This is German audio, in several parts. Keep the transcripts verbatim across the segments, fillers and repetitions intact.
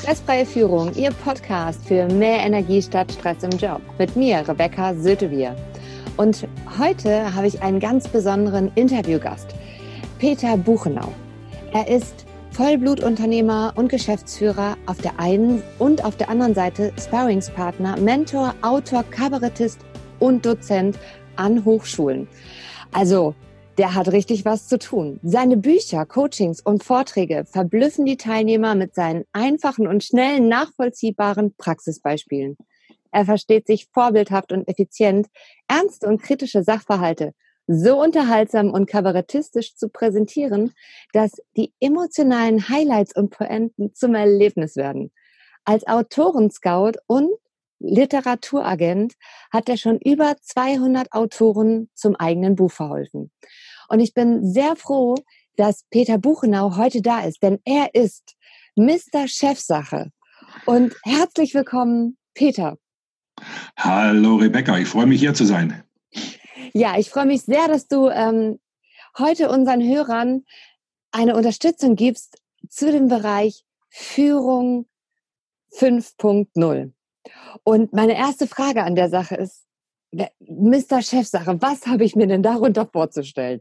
Stressfreie Führung, Ihr Podcast für mehr Energie statt Stress im Job. Mit mir, Rebecca Sötebier. Und heute habe ich einen ganz besonderen Interviewgast, Peter Buchenau. Er ist Vollblutunternehmer und Geschäftsführer auf der einen und auf der anderen Seite Sparringspartner, Mentor, Autor, Kabarettist und Dozent an Hochschulen. Also, der hat richtig was zu tun. Seine Bücher, Coachings und Vorträge verblüffen die Teilnehmer mit seinen einfachen und schnellen, nachvollziehbaren Praxisbeispielen. Er versteht sich vorbildhaft und effizient, ernste und kritische Sachverhalte so unterhaltsam und kabarettistisch zu präsentieren, dass die emotionalen Highlights und Pointen zum Erlebnis werden. Als Autorenscout und Literaturagent hat er schon über zweihundert Autoren zum eigenen Buch verholfen. Und ich bin sehr froh, dass Peter Buchenau heute da ist, denn er ist Mister Chefsache. Und herzlich willkommen, Peter. Hallo Rebecca, ich freue mich, hier zu sein. Ja, ich freue mich sehr, dass du ähm, heute unseren Hörern eine Unterstützung gibst zu dem Bereich Führung fünf Punkt null. Und meine erste Frage an der Sache ist, Mister Chefsache, was habe ich mir denn darunter vorzustellen?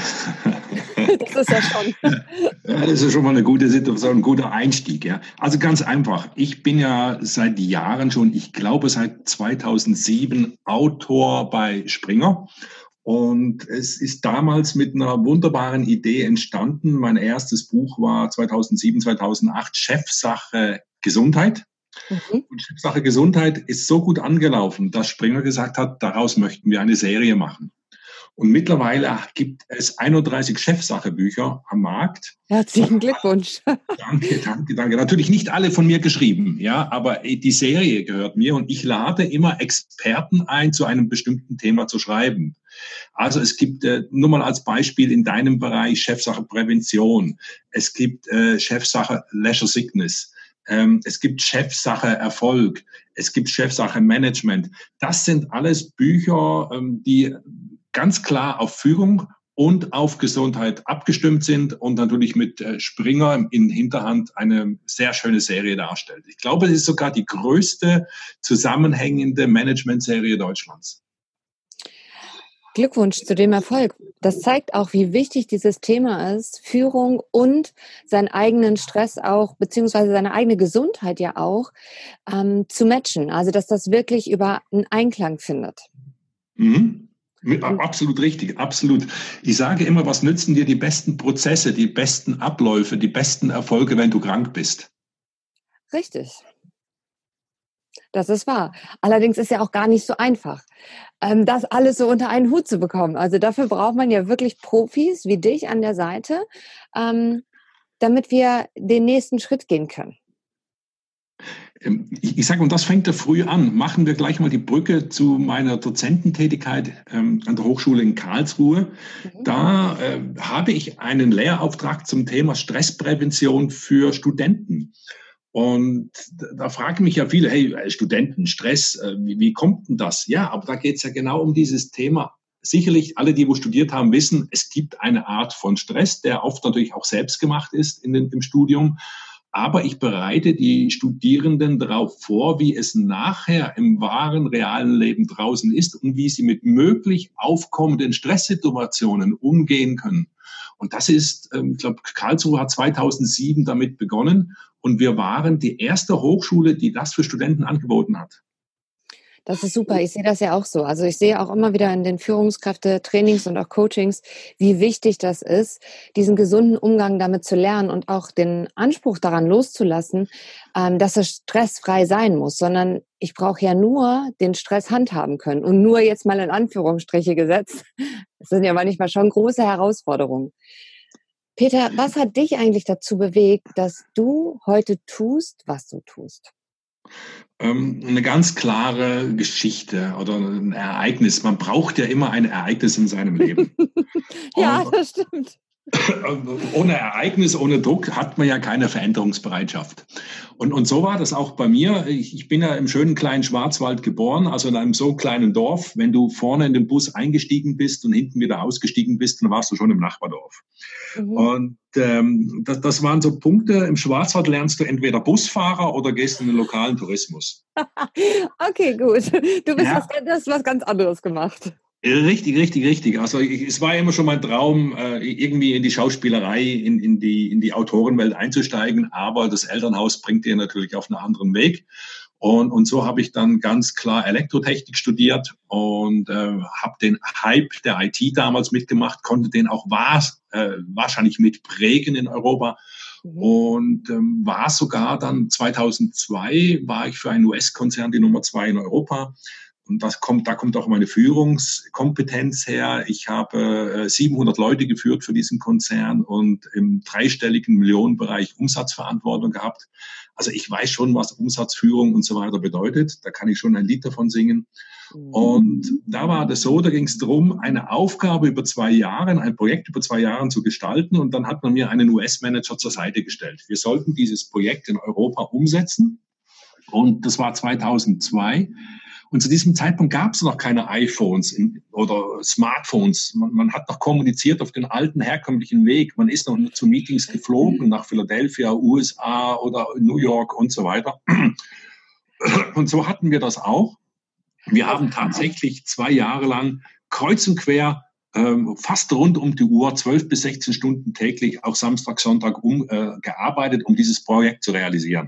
Das ist ja schon... Ja, das ist schon mal eine gute Situation, ein guter Einstieg. Ja. Also ganz einfach, ich bin ja seit Jahren schon, ich glaube seit zweitausendsieben Autor bei Springer. Und es ist damals mit einer wunderbaren Idee entstanden. Mein erstes Buch war zweitausendsieben, zweitausendacht Chefsache Gesundheit. Mhm. Und Chefsache Gesundheit ist so gut angelaufen, dass Springer gesagt hat, daraus möchten wir eine Serie machen. Und mittlerweile gibt es einunddreißig Chefsache-Bücher am Markt. Herzlichen Glückwunsch. Danke, danke, danke. Natürlich nicht alle von mir geschrieben, ja, aber die Serie gehört mir und ich lade immer Experten ein, zu einem bestimmten Thema zu schreiben. Also es gibt, äh, nur mal als Beispiel in deinem Bereich Chefsache Prävention. Es gibt äh, Chefsache Leisure Sickness. Ähm, es gibt Chefsache Erfolg. Es gibt Chefsache Management. Das sind alles Bücher, ähm, die ganz klar auf Führung und auf Gesundheit abgestimmt sind und natürlich mit Springer in Hinterhand eine sehr schöne Serie darstellt. Ich glaube, es ist sogar die größte zusammenhängende Managementserie Deutschlands. Glückwunsch zu dem Erfolg. Das zeigt auch, wie wichtig dieses Thema ist, Führung und seinen eigenen Stress auch, beziehungsweise seine eigene Gesundheit ja auch, ähm, zu matchen. Also, dass das wirklich über einen Einklang findet. Mhm. Absolut richtig, absolut. Ich sage immer, was nützen dir die besten Prozesse, die besten Abläufe, die besten Erfolge, wenn du krank bist? Richtig. Das ist wahr. Allerdings ist ja auch gar nicht so einfach, das alles so unter einen Hut zu bekommen. Also dafür braucht man ja wirklich Profis wie dich an der Seite, damit wir den nächsten Schritt gehen können. Ich, ich sage, und das fängt ja früh an. Machen wir gleich mal die Brücke zu meiner Dozententätigkeit ähm, an der Hochschule in Karlsruhe. Mhm. Da äh, habe ich einen Lehrauftrag zum Thema Stressprävention für Studenten. Und da, da fragen mich ja viele, hey, Studenten, Stress, äh, wie, wie kommt denn das? Ja, aber da geht es ja genau um dieses Thema. Sicherlich, alle, die wo studiert haben, wissen, es gibt eine Art von Stress, der oft natürlich auch selbst gemacht ist in den, im Studium. Aber ich bereite die Studierenden darauf vor, wie es nachher im wahren, realen Leben draußen ist und wie sie mit möglich aufkommenden Stresssituationen umgehen können. Und das ist, ich glaube, Karlsruhe hat zweitausendsieben damit begonnen und wir waren die erste Hochschule, die das für Studenten angeboten hat. Das ist super. Ich sehe das ja auch so. Also ich sehe auch immer wieder in den Führungskräfte-Trainings und auch Coachings, wie wichtig das ist, diesen gesunden Umgang damit zu lernen und auch den Anspruch daran loszulassen, dass es stressfrei sein muss, sondern ich brauche ja nur den Stress handhaben können und nur jetzt mal in Anführungsstriche gesetzt. Das sind ja manchmal schon große Herausforderungen. Peter, was hat dich eigentlich dazu bewegt, dass du heute tust, was du tust? Eine ganz klare Geschichte oder ein Ereignis. Man braucht ja immer ein Ereignis in seinem Leben. Ja, das stimmt. Ohne Ereignis, ohne Druck hat man ja keine Veränderungsbereitschaft. Und, und so war das auch bei mir. Ich, ich bin ja im schönen kleinen Schwarzwald geboren, also in einem so kleinen Dorf. Wenn du vorne in den Bus eingestiegen bist und hinten wieder ausgestiegen bist, dann warst du schon im Nachbardorf. Mhm. Und ähm, das, das waren so Punkte. Im Schwarzwald lernst du entweder Busfahrer oder gehst in den lokalen Tourismus. Okay, gut. Du bist ja. was, du hast was ganz anderes gemacht. Richtig, richtig, richtig. Also ich, es war immer schon mein Traum, irgendwie in die Schauspielerei, in, in, die, in die Autorenwelt einzusteigen, aber das Elternhaus bringt dir natürlich auf einen anderen Weg. Und, und so habe ich dann ganz klar Elektrotechnik studiert und äh, habe den Hype der I T damals mitgemacht, konnte den auch wahr, äh, wahrscheinlich mitprägen in Europa. Mhm. Und ähm, war sogar dann zweitausendzwei, war ich für einen U S-Konzern die Nummer zwei in Europa. Und das kommt, da kommt auch meine Führungskompetenz her. Ich habe äh, siebenhundert Leute geführt für diesen Konzern und im dreistelligen Millionenbereich Umsatzverantwortung gehabt. Also ich weiß schon, was Umsatzführung und so weiter bedeutet. Da kann ich schon ein Lied davon singen. Und da war das so, da ging es darum, eine Aufgabe über zwei Jahre, ein Projekt über zwei Jahre zu gestalten. Und dann hat man mir einen U S-Manager zur Seite gestellt. Wir sollten dieses Projekt in Europa umsetzen. Und das war zweitausendzwei. Und zu diesem Zeitpunkt gab es noch keine iPhones in, oder Smartphones. Man, man hat noch kommuniziert auf den alten, herkömmlichen Weg. Man ist noch zu Meetings geflogen nach Philadelphia, U S A oder New York und so weiter. Und so hatten wir das auch. Wir haben tatsächlich zwei Jahre lang kreuz und quer, ähm, fast rund um die Uhr, zwölf bis sechzehn Stunden täglich, auch Samstag, Sonntag um, äh, gearbeitet, um dieses Projekt zu realisieren.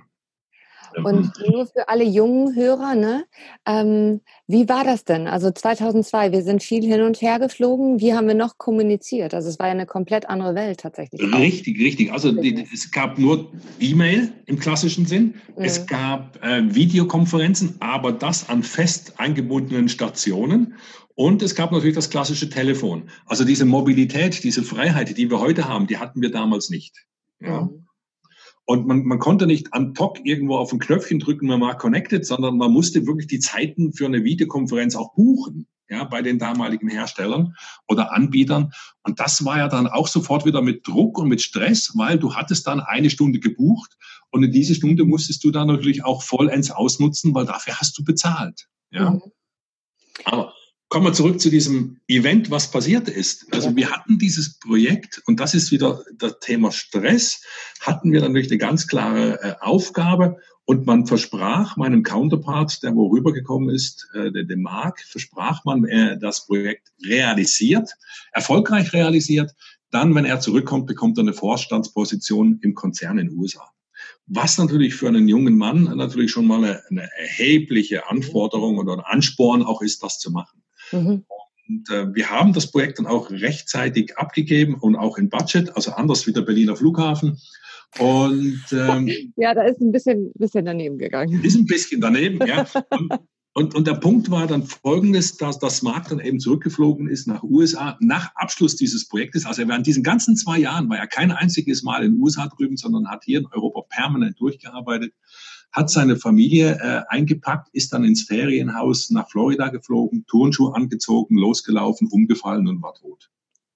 Und nur für alle jungen Hörer, ne? Ähm, wie war das denn? Also zweitausendzwei, wir sind viel hin und her geflogen. Wie haben wir noch kommuniziert? Also es war ja eine komplett andere Welt tatsächlich. Richtig, richtig. Also die, es gab nur E-Mail im klassischen Sinn. Mhm. Es gab äh, Videokonferenzen, aber das an fest eingebundenen Stationen. Und es gab natürlich das klassische Telefon. Also diese Mobilität, diese Freiheit, die wir heute haben, die hatten wir damals nicht. Ja. Mhm. Und man, man konnte nicht an Tok irgendwo auf ein Knöpfchen drücken, man war connected, sondern man musste wirklich die Zeiten für eine Videokonferenz auch buchen, ja, bei den damaligen Herstellern oder Anbietern. Und das war ja dann auch sofort wieder mit Druck und mit Stress, weil du hattest dann eine Stunde gebucht und in diese Stunde musstest du dann natürlich auch vollends ausnutzen, weil dafür hast du bezahlt, ja. Mhm. Aber kommen wir zurück zu diesem Event, was passiert ist. Also wir hatten dieses Projekt, und das ist wieder das Thema Stress, hatten wir natürlich eine ganz klare äh, Aufgabe, und man versprach meinem Counterpart, der wo rübergekommen ist, äh, dem Marc, versprach man, er das Projekt realisiert, erfolgreich realisiert, dann, wenn er zurückkommt, bekommt er eine Vorstandsposition im Konzern in den U S A. Was natürlich für einen jungen Mann natürlich schon mal eine, eine erhebliche Anforderung oder ein Ansporn auch ist, das zu machen. Mhm. Und äh, wir haben das Projekt dann auch rechtzeitig abgegeben und auch in Budget, also anders wie der Berliner Flughafen. Und ähm, ja, da ist ein bisschen, bisschen daneben gegangen. Ist ein bisschen daneben, ja. Und, und, und der Punkt war dann folgendes, dass das Marc dann eben zurückgeflogen ist nach U S A nach Abschluss dieses Projektes. Also während diesen ganzen zwei Jahren war er kein einziges Mal in den U S A drüben, sondern hat hier in Europa permanent durchgearbeitet, hat seine Familie äh, eingepackt, ist dann ins Ferienhaus nach Florida geflogen, Turnschuhe angezogen, losgelaufen, umgefallen und war tot.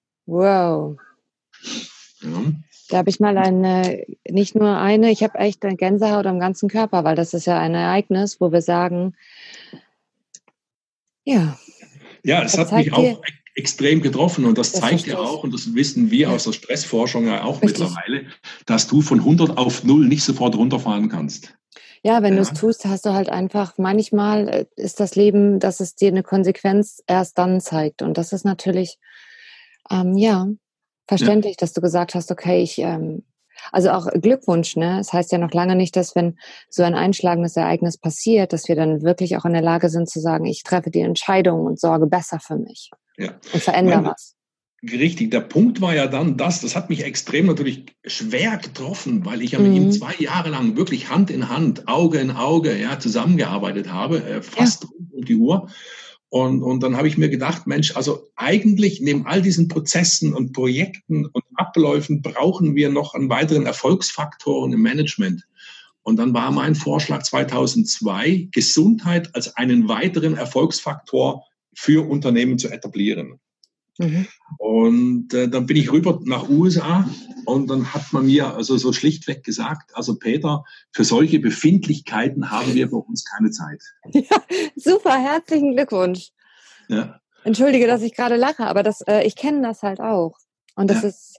Wow. Ja. Da habe ich mal eine, nicht nur eine, ich habe echt eine Gänsehaut am ganzen Körper, weil das ist ja ein Ereignis, wo wir sagen, ja. Ja, es hat mich auch extrem getroffen und das, das zeigt ja auch, und das wissen wir ja aus der Stressforschung ja auch richtig. Mittlerweile, dass du von hundert auf null nicht sofort runterfahren kannst. Ja, wenn ja. du es tust, hast du halt einfach, manchmal ist das Leben, dass es dir eine Konsequenz erst dann zeigt. Und das ist natürlich, ähm, ja, verständlich, ja. dass du gesagt hast, okay, ich, ähm, also auch Glückwunsch, ne? Es heißt ja noch lange nicht, dass wenn so ein einschlagendes Ereignis passiert, dass wir dann wirklich auch in der Lage sind zu sagen, ich treffe die Entscheidung und sorge besser für mich. Ja. Und verändere Meine, was. Richtig, der Punkt war ja dann das, das hat mich extrem natürlich schwer getroffen, weil ich ja mit mhm. ihm zwei Jahre lang wirklich Hand in Hand, Auge in Auge, ja, zusammengearbeitet habe, äh, fast ja. rund um die Uhr. Und, und dann habe ich mir gedacht, Mensch, also eigentlich neben all diesen Prozessen und Projekten und Abläufen brauchen wir noch einen weiteren Erfolgsfaktor im Management. Und dann war mein Vorschlag zweitausendzwei, Gesundheit als einen weiteren Erfolgsfaktor für Unternehmen zu etablieren. Mhm. Und äh, dann bin ich rüber nach U S A und dann hat man mir also so schlichtweg gesagt, also Peter, für solche Befindlichkeiten haben wir bei uns keine Zeit. Ja, super, herzlichen Glückwunsch. Ja. Entschuldige, dass ich gerade lache, aber das, äh, ich kenne das halt auch. Und das ja. ist,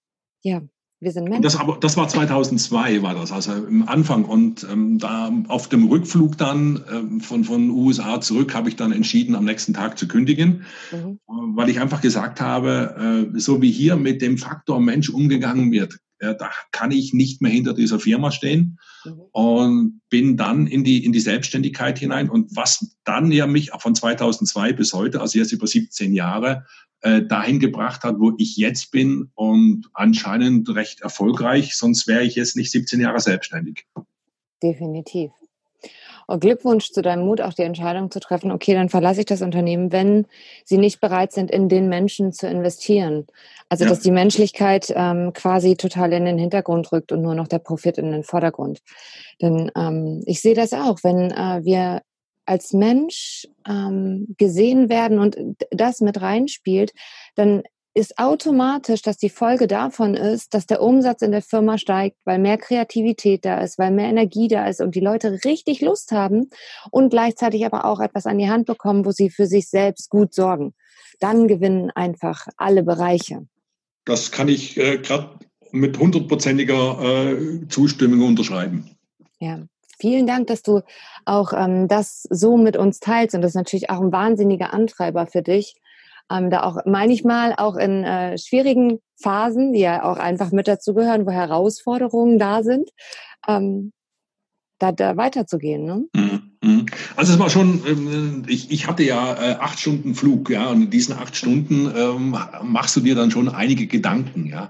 ja, wir sind Menschen. Das, aber, das war zweitausendzwei, war das, also im Anfang. Und ähm, da auf dem Rückflug dann ähm, von, von U S A zurück habe ich dann entschieden, am nächsten Tag zu kündigen, mhm. weil ich einfach gesagt habe, äh, so wie hier mit dem Faktor Mensch umgegangen wird, äh, da kann ich nicht mehr hinter dieser Firma stehen. Mhm. Und bin dann in die, in die Selbstständigkeit hinein. Und was dann ja mich von zweitausendzwei bis heute, also jetzt über siebzehn Jahre, äh, dahin gebracht hat, wo ich jetzt bin und anscheinend recht erfolgreich, sonst wäre ich jetzt nicht siebzehn Jahre selbstständig. Definitiv. Und Glückwunsch zu deinem Mut, auch die Entscheidung zu treffen, okay, dann verlasse ich das Unternehmen, wenn sie nicht bereit sind, in den Menschen zu investieren. Also, ja. dass die Menschlichkeit ähm, quasi total in den Hintergrund rückt und nur noch der Profit in den Vordergrund. Denn ähm, ich sehe das auch, wenn äh, wir als Mensch ähm, gesehen werden und das mit reinspielt, dann ist automatisch, dass die Folge davon ist, dass der Umsatz in der Firma steigt, weil mehr Kreativität da ist, weil mehr Energie da ist und die Leute richtig Lust haben und gleichzeitig aber auch etwas an die Hand bekommen, wo sie für sich selbst gut sorgen. Dann gewinnen einfach alle Bereiche. Das kann ich äh, gerade mit hundertprozentiger äh, Zustimmung unterschreiben. Ja. Vielen Dank, dass du auch ähm, das so mit uns teilst. Und das ist natürlich auch ein wahnsinniger Antreiber für dich, ähm, da auch manchmal auch in äh, schwierigen Phasen, die ja auch einfach mit dazugehören, wo Herausforderungen da sind, ähm, da, da weiterzugehen. Ne? Also es war schon, ich, ich hatte ja äh, acht Stunden Flug, ja, und in diesen acht Stunden ähm, machst du dir dann schon einige Gedanken, ja.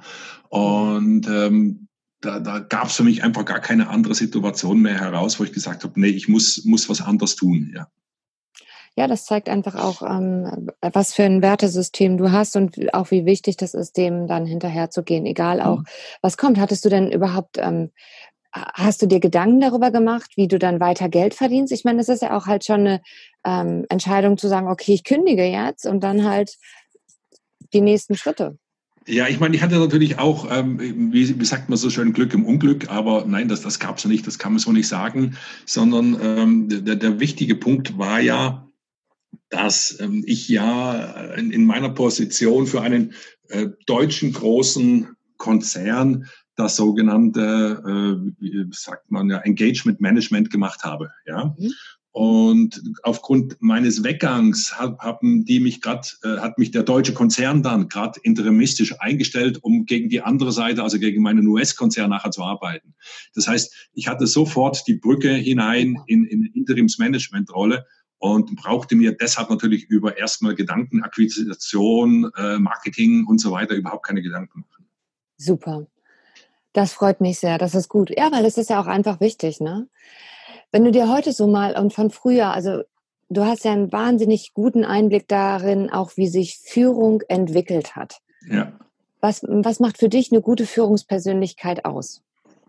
Und ähm, Da, da gab es für mich einfach gar keine andere Situation mehr heraus, wo ich gesagt habe, nee, ich muss, muss was anderes tun. Ja, ja, das zeigt einfach auch, ähm, was für ein Wertesystem du hast und auch wie wichtig das ist, dem dann hinterher zu gehen, egal auch, mhm. was kommt. Hattest du denn überhaupt, ähm, hast du dir Gedanken darüber gemacht, wie du dann weiter Geld verdienst? Ich meine, das ist ja auch halt schon eine ähm, Entscheidung zu sagen, okay, ich kündige jetzt und dann halt die nächsten Schritte. Ja, ich meine, ich hatte natürlich auch, ähm, wie, wie sagt man so schön, Glück im Unglück, aber nein, das, das gab es ja nicht, das kann man so nicht sagen, sondern ähm, der, der wichtige Punkt war ja, dass ähm, ich ja in, in meiner Position für einen äh, deutschen großen Konzern das sogenannte, äh, wie sagt man ja, Engagement Management gemacht habe, ja. Mhm. Und aufgrund meines Weggangs haben die mich grad, äh, hat mich der deutsche Konzern dann gerade interimistisch eingestellt, um gegen die andere Seite, also gegen meinen U S-Konzern nachher zu arbeiten. Das heißt, ich hatte sofort die Brücke hinein in, in Interimsmanagement-Rolle und brauchte mir deshalb natürlich über erstmal Gedanken, Akquisition, äh, Marketing und so weiter überhaupt keine Gedanken machen. Super. Das freut mich sehr, das ist gut. Ja, weil das ist ja auch einfach wichtig, ne? Wenn du dir heute so mal und von früher, also du hast ja einen wahnsinnig guten Einblick darin, auch wie sich Führung entwickelt hat. Ja. Was, was macht für dich eine gute Führungspersönlichkeit aus?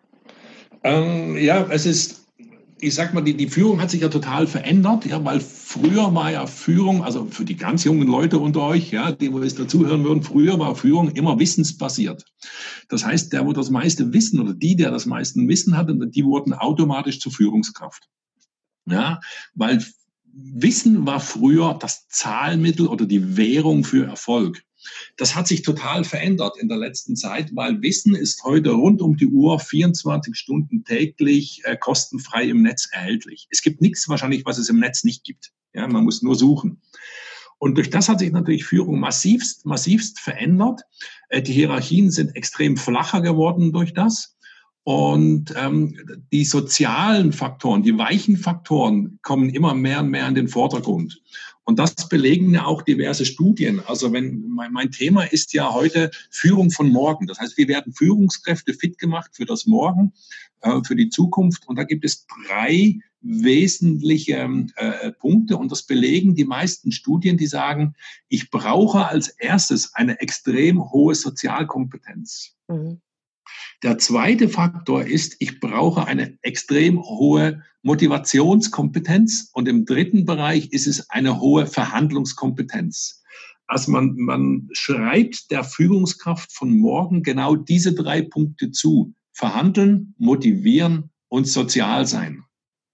Ähm, ja, es ist, ich sag mal, die, die Führung hat sich ja total verändert, ja, weil früher war ja Führung, also für die ganz jungen Leute unter euch, ja, die, wo jetzt dazuhören würden, früher war Führung immer wissensbasiert. Das heißt, der, wo das meiste Wissen oder die, der das meiste Wissen hatte, die wurden automatisch zur Führungskraft. Ja, weil Wissen war früher das Zahlmittel oder die Währung für Erfolg. Das hat sich total verändert in der letzten Zeit, weil Wissen ist heute rund um die Uhr, vierundzwanzig Stunden täglich, äh, kostenfrei im Netz erhältlich. Es gibt nichts wahrscheinlich, was es im Netz nicht gibt. Ja, man muss nur suchen. Und durch das hat sich natürlich Führung massivst, massivst verändert. Äh, die Hierarchien sind extrem flacher geworden durch das. Und ähm, die sozialen Faktoren, die weichen Faktoren kommen immer mehr und mehr in den Vordergrund. Und das belegen ja auch diverse Studien. Also wenn mein, mein Thema ist ja heute Führung von morgen. Das heißt, wir werden Führungskräfte fit gemacht für das Morgen, äh, für die Zukunft. Und da gibt es drei wesentliche äh, Punkte. Und das belegen die meisten Studien, die sagen, ich brauche als erstes eine extrem hohe Sozialkompetenz. Mhm. Der zweite Faktor ist, ich brauche eine extrem hohe Motivationskompetenz und im dritten Bereich ist es eine hohe Verhandlungskompetenz. Also man, man schreibt der Führungskraft von morgen genau diese drei Punkte zu. Verhandeln, motivieren und sozial sein.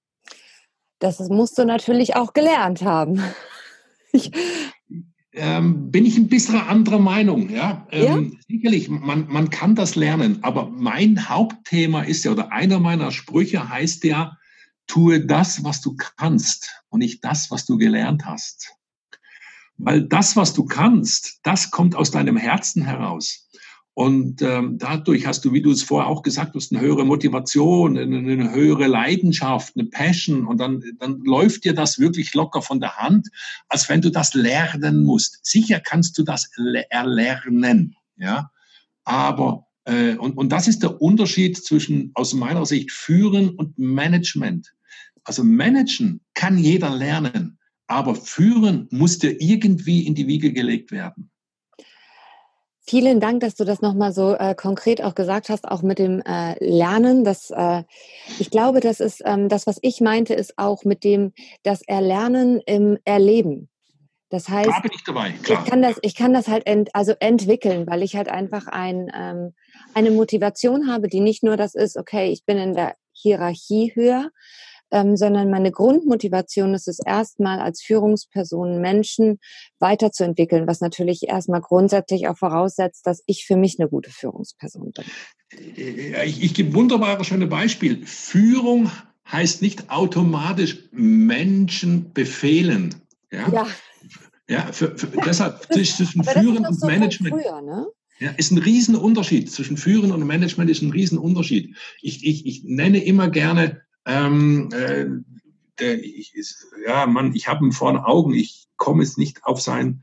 Das musst du natürlich auch gelernt haben. Ich Ähm, bin ich ein bisschen anderer Meinung. Ja? Ähm, ja? Sicherlich, man, man kann das lernen, aber mein Hauptthema ist ja, oder einer meiner Sprüche heißt ja, tue das, was du kannst und nicht das, was du gelernt hast. Weil das, was du kannst, das kommt aus deinem Herzen heraus. Und ähm, dadurch hast du, wie du es vorher auch gesagt hast, eine höhere Motivation, eine, eine höhere Leidenschaft, eine Passion. Und dann, dann läuft dir das wirklich locker von der Hand, als wenn du das lernen musst. Sicher kannst du das erlernen, ja. Aber, äh, und, und das ist der Unterschied zwischen, aus meiner Sicht, Führen und Management. Also managen kann jeder lernen, aber führen muss dir irgendwie in die Wiege gelegt werden. Vielen Dank, dass du das nochmal so äh, konkret auch gesagt hast, auch mit dem äh, Lernen. Das, äh, ich glaube, das ist ähm, das, was ich meinte, ist auch mit dem, das Erlernen im Erleben. Das heißt, da bin ich dabei, klar. Ich kann das, ich kann das halt ent, also entwickeln, weil ich halt einfach ein, ähm, eine Motivation habe, die nicht nur das ist, okay, ich bin in der Hierarchie höher, ähm, sondern meine Grundmotivation ist es erstmal als Führungsperson Menschen weiterzuentwickeln, was natürlich erstmal grundsätzlich auch voraussetzt, dass ich für mich eine gute Führungsperson bin. Ich, ich gebe wunderbare schöne Beispiel. Führung heißt nicht automatisch Menschen befehlen. Ja. ja. Ja, für, für, deshalb zwischen Führen und so Management früher, ne? Ja, ist ein Riesenunterschied. Zwischen Führen und Management ist ein Riesenunterschied. Ich, ich, ich nenne immer gerne, ähm, äh, der, ich, ist, ja, Mann, ich habe ihn vor den Augen, ich komme jetzt nicht auf sein,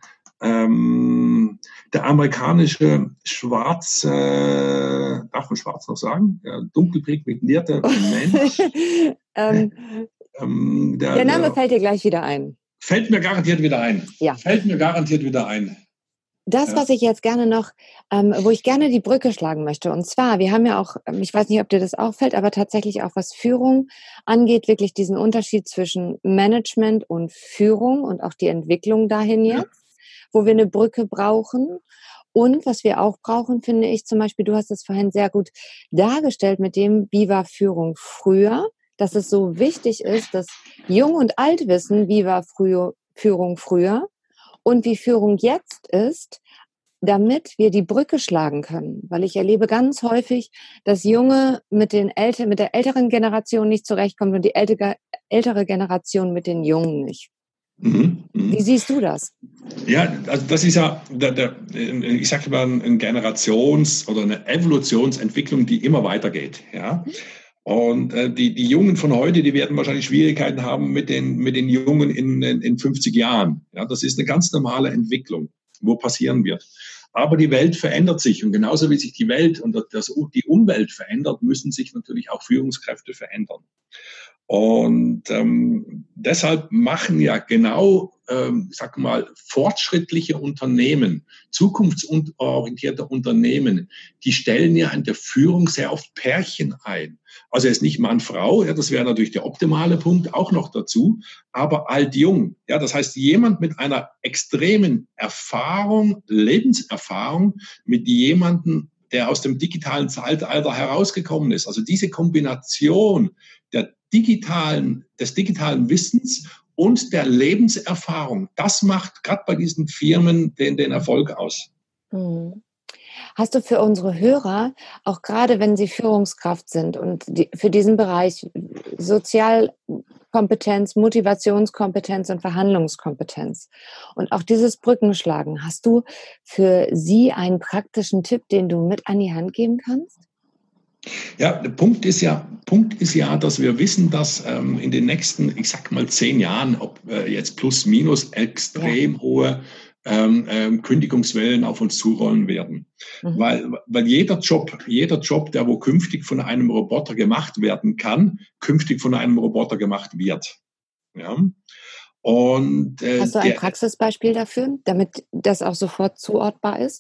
ähm, der amerikanische schwarze, äh, darf man schwarz noch sagen? Der dunkelpigmentierte Mensch. ähm, ähm, der, der Name der, fällt dir gleich wieder ein. Fällt mir garantiert wieder ein. Ja. Fällt mir garantiert wieder ein. Das, Ja. was ich jetzt gerne noch, ähm, wo ich gerne die Brücke schlagen möchte, und zwar, wir haben ja auch, ich weiß nicht, ob dir das auffällt, aber tatsächlich auch was Führung angeht, wirklich diesen Unterschied zwischen Management und Führung und auch die Entwicklung dahin jetzt, ja. Wo wir eine Brücke brauchen. Und was wir auch brauchen, finde ich zum Beispiel, du hast es vorhin sehr gut dargestellt mit dem, wie war Führung früher, dass es so wichtig ist, dass Jung und Alt wissen, wie war früher, Führung früher. Und wie Führung jetzt ist, damit wir die Brücke schlagen können. Weil ich erlebe ganz häufig, dass Junge mit, den Älte, mit der älteren Generation nicht zurechtkommt und die ältere, ältere Generation mit den Jungen nicht. Mhm. Wie siehst du das? Ja, also das ist ja, der, der, ich sage mal, eine Generations- oder eine Evolutionsentwicklung, die immer weitergeht. Ja. Und äh, die, die Jungen von heute, die werden wahrscheinlich Schwierigkeiten haben mit den, mit den Jungen in, in, in fünfzig Jahren. Ja, das ist eine ganz normale Entwicklung, wo passieren wird. Aber die Welt verändert sich und genauso wie sich die Welt und das, die Umwelt verändert, müssen sich natürlich auch Führungskräfte verändern. Und ähm, deshalb machen ja genau, ähm, sag mal, fortschrittliche Unternehmen, zukunftsorientierte Unternehmen, die stellen ja in der Führung sehr oft Pärchen ein. Also jetzt nicht Mann-Frau, ja, das wäre natürlich der optimale Punkt, auch noch dazu, aber alt-jung. Ja, das heißt, jemand mit einer extremen Erfahrung, Lebenserfahrung, mit jemandem, der aus dem digitalen Zeitalter herausgekommen ist. Also diese Kombination der digitalen, des digitalen Wissens und der Lebenserfahrung, das macht gerade bei diesen Firmen den, den Erfolg aus. Hm. Hast du für unsere Hörer, auch gerade wenn sie Führungskraft sind und die, für diesen Bereich Sozialkompetenz, Motivationskompetenz und Verhandlungskompetenz und auch dieses Brückenschlagen, hast du für sie einen praktischen Tipp, den du mit an die Hand geben kannst? Ja, der Punkt ist ja, Punkt ist ja, dass wir wissen, dass ähm, in den nächsten, ich sag mal, zehn Jahren, ob äh, jetzt plus minus, extrem ja. hohe ähm, ähm, Kündigungswellen auf uns zurollen werden. Mhm. Weil, weil jeder Job, jeder Job, der wo künftig von einem Roboter gemacht werden kann, künftig von einem Roboter gemacht wird. Ja. Und, äh, Hast du ein der, Praxisbeispiel dafür, damit das auch sofort zuordbar ist?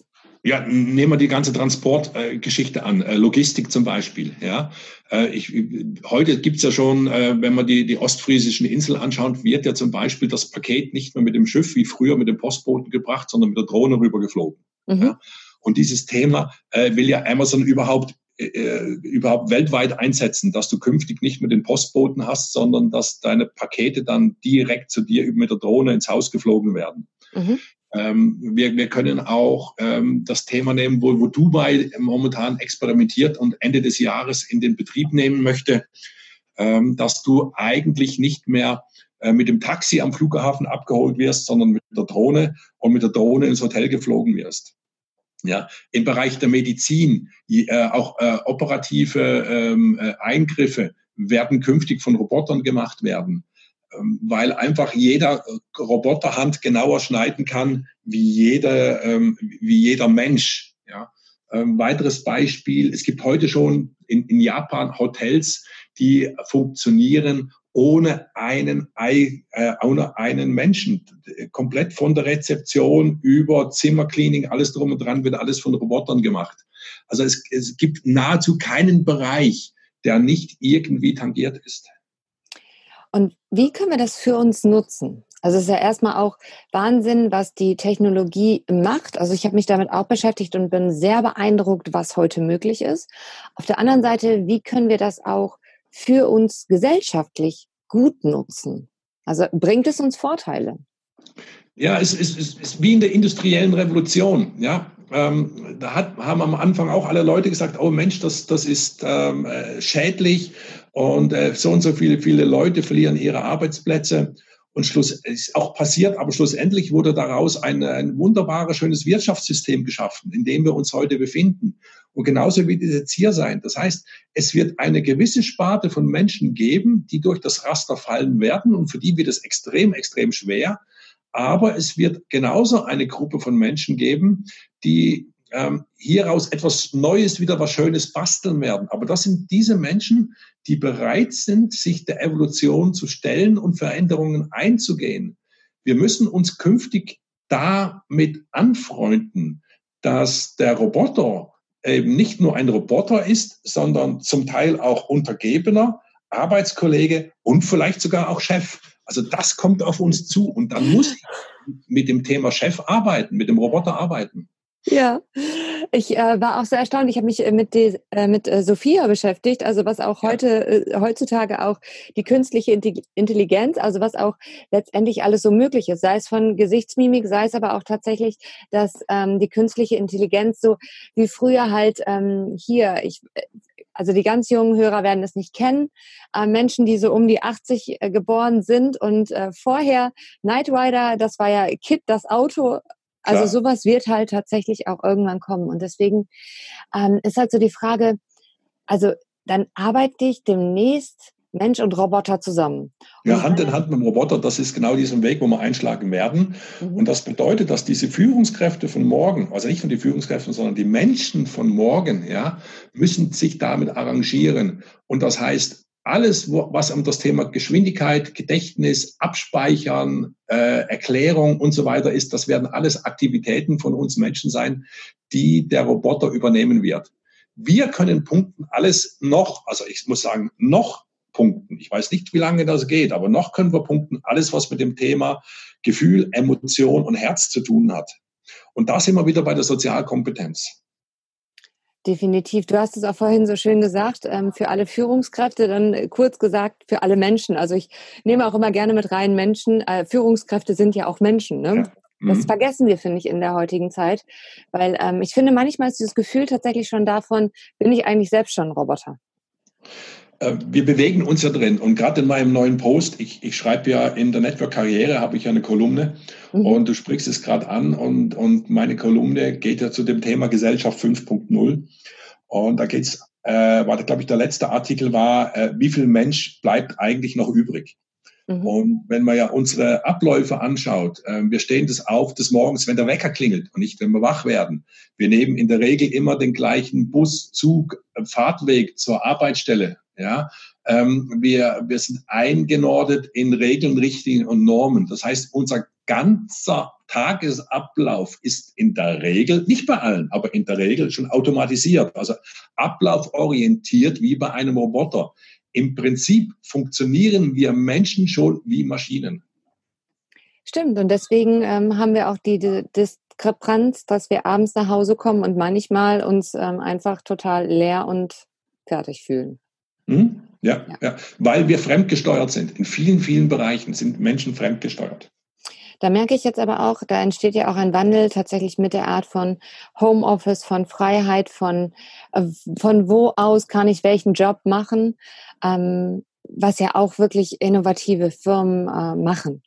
Ja, nehmen wir die ganze Transportgeschichte äh, an, äh, Logistik zum Beispiel. Ja, äh, ich, heute gibt's ja schon, äh, wenn man die, die ostfriesischen Inseln anschaut, wird ja zum Beispiel das Paket nicht mehr mit dem Schiff wie früher mit dem Postboten gebracht, sondern mit der Drohne rübergeflogen. Mhm. Ja? Und dieses Thema äh, will ja Amazon überhaupt äh, überhaupt weltweit einsetzen, dass du künftig nicht mehr den Postboten hast, sondern dass deine Pakete dann direkt zu dir mit der Drohne ins Haus geflogen werden. Mhm. Ähm, wir, wir können auch ähm, das Thema nehmen, wo, wo Dubai momentan experimentiert und Ende des Jahres in den Betrieb nehmen möchte, ähm, dass du eigentlich nicht mehr äh, mit dem Taxi am Flughafen abgeholt wirst, sondern mit der Drohne und mit der Drohne ins Hotel geflogen wirst. Ja, im Bereich der Medizin, die, äh, auch äh, operative ähm, äh, Eingriffe werden künftig von Robotern gemacht werden, ähm, weil einfach jeder Roboterhand genauer schneiden kann wie jeder, ähm, wie jeder Mensch. Ja. Ähm, weiteres Beispiel, es gibt heute schon in, in Japan Hotels, die funktionieren ohne einen, äh, ohne einen Menschen. Komplett von der Rezeption über Zimmercleaning, alles drum und dran, wird alles von Robotern gemacht. Also es, es gibt nahezu keinen Bereich, der nicht irgendwie tangiert ist. Und wie können wir das für uns nutzen? Also es ist ja erstmal auch Wahnsinn, was die Technologie macht. Also ich habe mich damit auch beschäftigt und bin sehr beeindruckt, was heute möglich ist. Auf der anderen Seite, wie können wir das auch für uns gesellschaftlich gut nutzen? Also bringt es uns Vorteile? Ja, es ist, es ist wie in der industriellen Revolution. Ja, ähm, da hat, haben am Anfang auch alle Leute gesagt: Oh Mensch, das, das ist ähm, schädlich und äh, so und so viele, viele Leute verlieren ihre Arbeitsplätze. Und Schluss ist auch passiert, aber schlussendlich wurde daraus ein, ein wunderbares, schönes Wirtschaftssystem geschaffen, in dem wir uns heute befinden. Und genauso wird es jetzt hier sein. Das heißt, es wird eine gewisse Sparte von Menschen geben, die durch das Raster fallen werden und für die wird es extrem, extrem schwer. Aber es wird genauso eine Gruppe von Menschen geben, die ähm, hieraus etwas Neues, wieder was Schönes basteln werden. Aber das sind diese Menschen, die bereit sind, sich der Evolution zu stellen und Veränderungen einzugehen. Wir müssen uns künftig damit anfreunden, dass der Roboter eben nicht nur ein Roboter ist, sondern zum Teil auch Untergebener, Arbeitskollege und vielleicht sogar auch Chef. Also das kommt auf uns zu und dann muss ich mit dem Thema Chef arbeiten, mit dem Roboter arbeiten. Ja, ich äh, war auch sehr erstaunt. Ich habe mich mit, die, äh, mit äh, Sophia beschäftigt, also was auch heute äh, heutzutage auch die künstliche Intelligenz, also was auch letztendlich alles so möglich ist, sei es von Gesichtsmimik, sei es aber auch tatsächlich, dass ähm, die künstliche Intelligenz so wie früher halt ähm, hier, ich also die ganz jungen Hörer werden es nicht kennen, äh, Menschen, die so um die achtzig äh, geboren sind und äh, vorher Knight Rider, das war ja Kid, das Auto. Also Klar. Sowas wird halt tatsächlich auch irgendwann kommen. Und deswegen ähm, ist halt so die Frage, also dann arbeite ich demnächst Mensch und Roboter zusammen. Und ja, Hand in Hand mit dem Roboter, das ist genau diesen Weg, wo wir einschlagen werden. Mhm. Und das bedeutet, dass diese Führungskräfte von morgen, also nicht nur die Führungskräfte, sondern die Menschen von morgen, ja, müssen sich damit arrangieren. Und das heißt, alles, was um das Thema Geschwindigkeit, Gedächtnis, Abspeichern, äh, Erklärung und so weiter ist, das werden alles Aktivitäten von uns Menschen sein, die der Roboter übernehmen wird. Wir können punkten alles noch, also ich muss sagen, noch punkten. Ich weiß nicht, wie lange das geht, aber noch können wir punkten alles, was mit dem Thema Gefühl, Emotion und Herz zu tun hat. Und da sind wir wieder bei der Sozialkompetenz. Definitiv. Du hast es auch vorhin so schön gesagt, ähm, für alle Führungskräfte, dann kurz gesagt für alle Menschen. Also ich nehme auch immer gerne mit rein Menschen. Äh, Führungskräfte sind ja auch Menschen, ne? Ja. Mhm. Das vergessen wir, finde ich, in der heutigen Zeit. Weil ähm, ich finde, manchmal ist dieses Gefühl tatsächlich schon davon, bin ich eigentlich selbst schon ein Roboter? Wir bewegen uns ja drin und gerade in meinem neuen Post, ich, ich schreibe ja in der Network-Karriere, habe ich ja eine Kolumne mhm. und du sprichst es gerade an und, und meine Kolumne geht ja zu dem Thema Gesellschaft fünf Punkt null und da geht's, äh, war, glaube ich, der letzte Artikel war, äh, wie viel Mensch bleibt eigentlich noch übrig? Mhm. Und wenn man ja unsere Abläufe anschaut, äh, wir stehen das auf des Morgens, wenn der Wecker klingelt und nicht, wenn wir wach werden. Wir nehmen in der Regel immer den gleichen Bus, Zug, Fahrtweg zur Arbeitsstelle. Ja, ähm, wir, wir sind eingenordet in Regeln, Richtlinien und Normen. Das heißt, unser ganzer Tagesablauf ist in der Regel, nicht bei allen, aber in der Regel schon automatisiert, also ablauforientiert wie bei einem Roboter. Im Prinzip funktionieren wir Menschen schon wie Maschinen. Stimmt, und deswegen ähm, haben wir auch die, die Diskrepanz, dass wir abends nach Hause kommen und manchmal uns ähm, einfach total leer und fertig fühlen. Hm? Ja, Ja. ja, weil wir fremdgesteuert sind. In vielen, vielen Bereichen sind Menschen fremdgesteuert. Da merke ich jetzt aber auch, da entsteht ja auch ein Wandel tatsächlich mit der Art von Homeoffice, von Freiheit, von, äh, von wo aus kann ich welchen Job machen, ähm, was ja auch wirklich innovative Firmen äh, machen.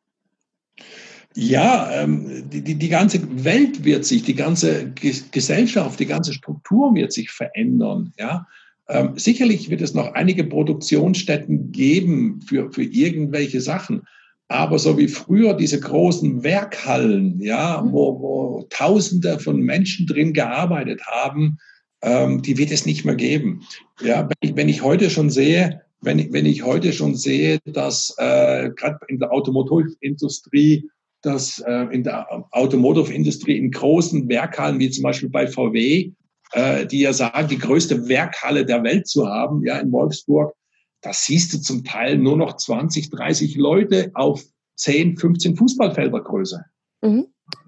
Ja, ähm, die, die, die ganze Welt wird sich, die ganze Gesellschaft, die ganze Struktur wird sich verändern. Ja? Ähm, sicherlich wird es noch einige Produktionsstätten geben für, für irgendwelche Sachen. Aber so wie früher diese großen Werkhallen, ja, wo, wo Tausende von Menschen drin gearbeitet haben, ähm, die wird es nicht mehr geben. Ja, wenn ich, wenn ich heute schon sehe, wenn ich, wenn ich heute schon sehe, dass äh, gerade in der Automobilindustrie, dass äh, in der Automotive-Industrie in großen Werkhallen, wie zum Beispiel bei V W, äh, die ja sagen, die größte Werkhalle der Welt zu haben, ja, in Wolfsburg, da siehst du zum Teil nur noch zwanzig, dreißig Leute auf zehn, fünfzehn Fußballfelder Größe. Mhm.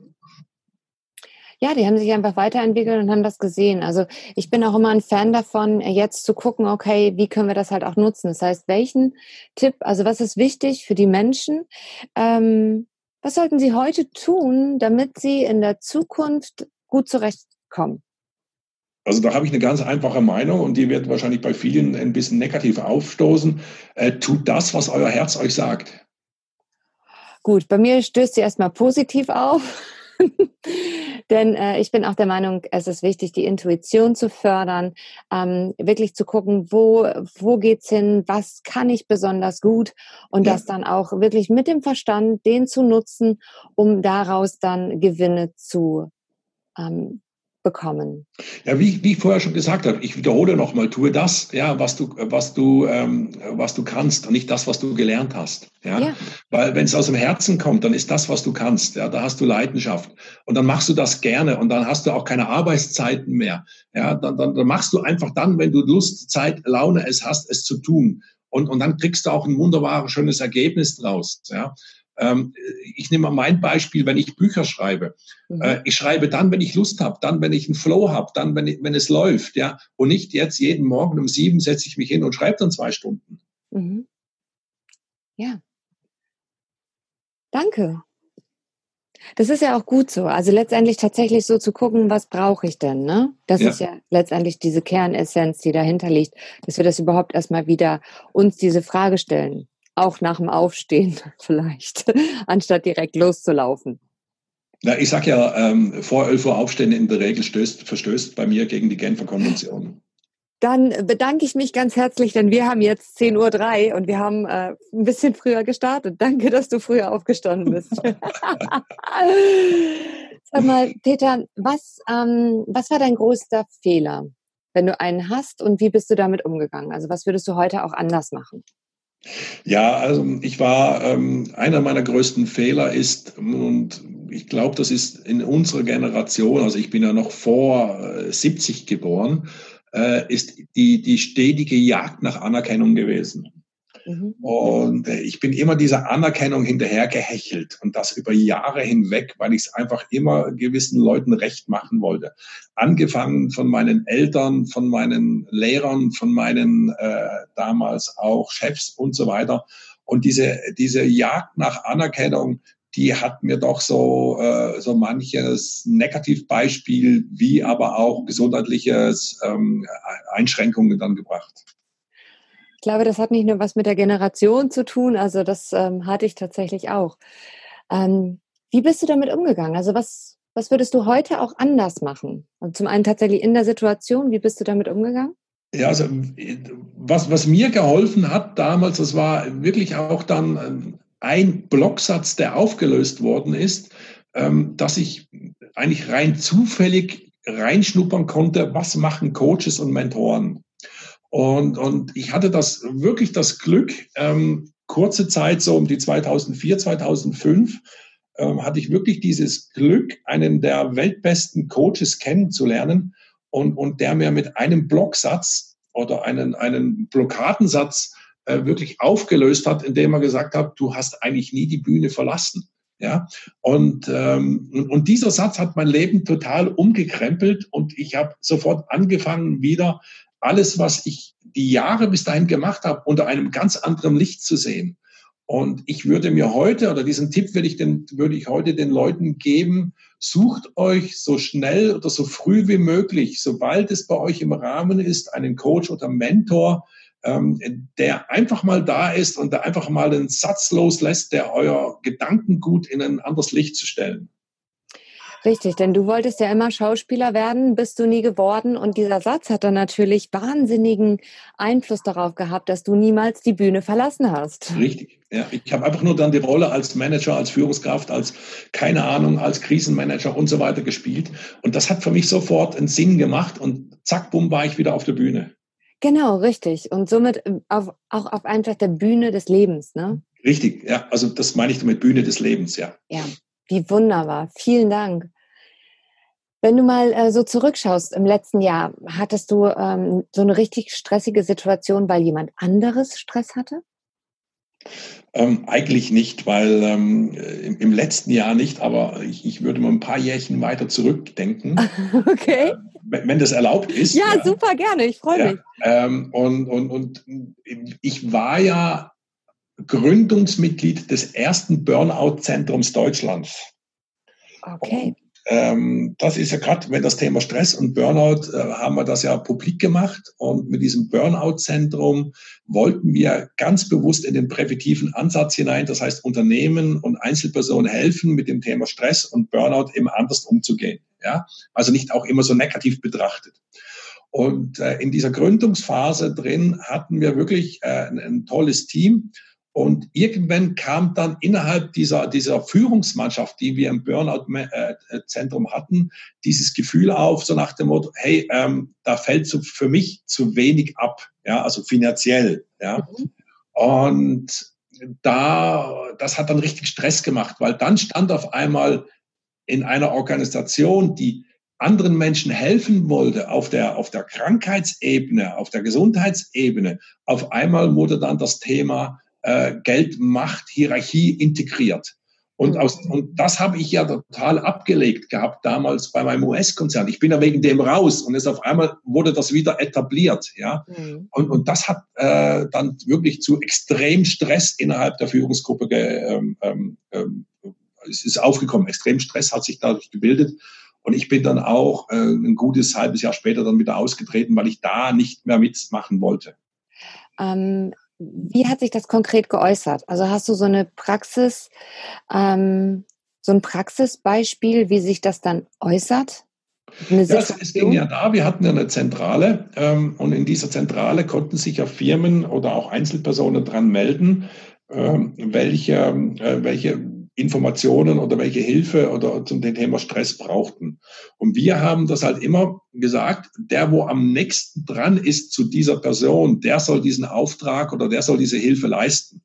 Ja, die haben sich einfach weiterentwickelt und haben das gesehen. Also ich bin auch immer ein Fan davon, jetzt zu gucken, okay, wie können wir das halt auch nutzen? Das heißt, welchen Tipp, also was ist wichtig für die Menschen? Ähm, was sollten sie heute tun, damit sie in der Zukunft gut zurechtkommen? Also da habe ich eine ganz einfache Meinung und die wird wahrscheinlich bei vielen ein bisschen negativ aufstoßen. Äh, tut das, was euer Herz euch sagt. Gut, bei mir stößt sie erstmal positiv auf. Denn äh, ich bin auch der Meinung, es ist wichtig, die Intuition zu fördern, ähm, wirklich zu gucken, wo, wo geht's hin, was kann ich besonders gut und ja. das dann auch wirklich mit dem Verstand, den zu nutzen, um daraus dann Gewinne zu ähm, bekommen. Ja, wie, wie ich vorher schon gesagt habe, ich wiederhole nochmal, tue das, ja, was du, was du, ähm, was du kannst und nicht das, was du gelernt hast. Ja, ja. Weil wenn es aus dem Herzen kommt, dann ist das, was du kannst. Ja, da hast du Leidenschaft und dann machst du das gerne und dann hast du auch keine Arbeitszeiten mehr. Ja, dann, dann, dann machst du einfach dann, wenn du Lust, Zeit, Laune es hast, es zu tun. Und, und dann kriegst du auch ein wunderbares, schönes Ergebnis draus. Ja. Ich nehme mal mein Beispiel, wenn ich Bücher schreibe. Mhm. Ich schreibe dann, wenn ich Lust habe, dann, wenn ich einen Flow habe, dann, wenn, ich, wenn es läuft, ja. Und nicht jetzt jeden Morgen um sieben setze ich mich hin und schreibe dann zwei Stunden. Mhm. Ja. Danke. Das ist ja auch gut so. Also letztendlich tatsächlich so zu gucken, was brauche ich denn, ne? Das ja. ist ja letztendlich diese Kernessenz, die dahinter liegt, dass wir das überhaupt erstmal wieder uns diese Frage stellen. Auch nach dem Aufstehen vielleicht, anstatt direkt loszulaufen. Ja, ich sage ja, ähm, vor elf Uhr aufstehen in der Regel stößt, verstößt bei mir gegen die Genfer Konvention. Dann bedanke ich mich ganz herzlich, denn wir haben jetzt zehn Uhr drei und wir haben äh, ein bisschen früher gestartet. Danke, dass du früher aufgestanden bist. Sag mal, Peter, was, ähm, was war dein größter Fehler, wenn du einen hast und wie bist du damit umgegangen? Also was würdest du heute auch anders machen? Ja, also ich war, ähm, einer meiner größten Fehler ist, und ich glaube, das ist in unserer Generation, also ich bin ja noch vor äh, siebzig geboren, äh, ist die, die stetige Jagd nach Anerkennung gewesen. Mhm. Und äh, ich bin immer dieser Anerkennung hinterhergehechelt und das über Jahre hinweg, weil ich es einfach immer gewissen Leuten recht machen wollte. Angefangen von meinen Eltern, von meinen Lehrern, von meinen äh, damals auch Chefs und so weiter. Und diese, diese Jagd nach Anerkennung, die hat mir doch so, äh, so manches Negativbeispiel wie aber auch gesundheitliches ähm, Einschränkungen dann gebracht. Ich glaube, das hat nicht nur was mit der Generation zu tun, also das ähm, hatte ich tatsächlich auch. Ähm, wie bist du damit umgegangen? Also was, was würdest du heute auch anders machen? Also zum einen tatsächlich in der Situation, wie bist du damit umgegangen? Ja, also was, was mir geholfen hat damals, das war wirklich auch dann ein Blocksatz, der aufgelöst worden ist, ähm, dass ich eigentlich rein zufällig reinschnuppern konnte, was machen Coaches und Mentoren. Und, und ich hatte das wirklich das Glück, ähm, kurze Zeit, so um die zweitausendvier, zweitausendfünf, ähm, hatte ich wirklich dieses Glück, einen der weltbesten Coaches kennenzulernen und, und der mir mit einem Blocksatz oder einen, einen Blockadensatz äh, wirklich aufgelöst hat, indem er gesagt hat, du hast eigentlich nie die Bühne verlassen. Ja, und, ähm, und, und dieser Satz hat mein Leben total umgekrempelt und ich habe sofort angefangen, wieder alles, was ich die Jahre bis dahin gemacht habe, unter einem ganz anderen Licht zu sehen. Und ich würde mir heute, oder diesen Tipp würde ich, den, würde ich heute den Leuten geben, sucht euch so schnell oder so früh wie möglich, sobald es bei euch im Rahmen ist, einen Coach oder Mentor, ähm, der einfach mal da ist und der einfach mal einen Satz loslässt, der euer Gedankengut in ein anderes Licht zu stellen. Richtig, denn du wolltest ja immer Schauspieler werden, bist du nie geworden. Und dieser Satz hat dann natürlich wahnsinnigen Einfluss darauf gehabt, dass du niemals die Bühne verlassen hast. Richtig. Ja, ich habe einfach nur dann die Rolle als Manager, als Führungskraft, als, keine Ahnung, als Krisenmanager und so weiter gespielt. Und das hat für mich sofort einen Sinn gemacht und zack, bumm, war ich wieder auf der Bühne. Genau, richtig. Und somit auf, auch auf einfach der Bühne des Lebens, ne? Richtig, ja. Also das meine ich damit Bühne des Lebens, ja. Ja, wie wunderbar. Vielen Dank. Wenn du mal äh, so zurückschaust, im letzten Jahr, hattest du ähm, so eine richtig stressige Situation, weil jemand anderes Stress hatte? Ähm, eigentlich nicht, weil ähm, im, im letzten Jahr nicht, aber ich, ich würde mal ein paar Jährchen weiter zurückdenken. Okay. Äh, wenn, wenn das erlaubt ist. Ja, Ja, super, gerne, ich freue ja. mich. Ähm, und, und, und ich war ja Gründungsmitglied des ersten Burnout-Zentrums Deutschlands. Okay. Und, ähm, das ist ja gerade, wenn das Thema Stress und Burnout, äh, haben wir das ja publik gemacht. Und mit diesem Burnout-Zentrum wollten wir ganz bewusst in den präventiven Ansatz hinein. Das heißt, Unternehmen und Einzelpersonen helfen, mit dem Thema Stress und Burnout eben anders umzugehen. Ja, also nicht auch immer so negativ betrachtet. Und äh, in dieser Gründungsphase drin hatten wir wirklich äh, ein, ein tolles Team. Und irgendwann kam dann innerhalb dieser, dieser Führungsmannschaft, die wir im Burnout-Zentrum hatten, dieses Gefühl auf, so nach dem Motto, hey, ähm, da fällt so für mich zu wenig ab, ja, also finanziell, ja. Mhm. Und da, das hat dann richtig Stress gemacht, weil dann stand auf einmal in einer Organisation, die anderen Menschen helfen wollte, auf der, auf der Krankheitsebene, auf der Gesundheitsebene, auf einmal wurde dann das Thema äh, Geld, Macht, Hierarchie integriert. Und, aus, und das habe ich ja total abgelegt gehabt damals bei meinem U S-Konzern. Ich bin ja wegen dem raus und jetzt auf einmal wurde das wieder etabliert. Ja? Mhm. Und, und das hat äh, dann wirklich zu extrem Stress innerhalb der Führungsgruppe ge, ähm, ähm, es ist aufgekommen. Extrem Stress hat sich dadurch gebildet. Und ich bin dann auch äh, ein gutes halbes Jahr später dann wieder ausgetreten, weil ich da nicht mehr mitmachen wollte. Ähm, wie hat sich das konkret geäußert? Also hast du so eine Praxis, ähm, so ein Praxisbeispiel, wie sich das dann äußert? Ja, es, es ging ja da, wir hatten ja eine Zentrale ähm, und in dieser Zentrale konnten sich ja Firmen oder auch Einzelpersonen dran melden, ähm, welche, äh, welche Informationen oder welche Hilfe oder zum Thema Stress brauchten. Und wir haben das halt immer gesagt, der, wo am nächsten dran ist zu dieser Person, der soll diesen Auftrag oder der soll diese Hilfe leisten.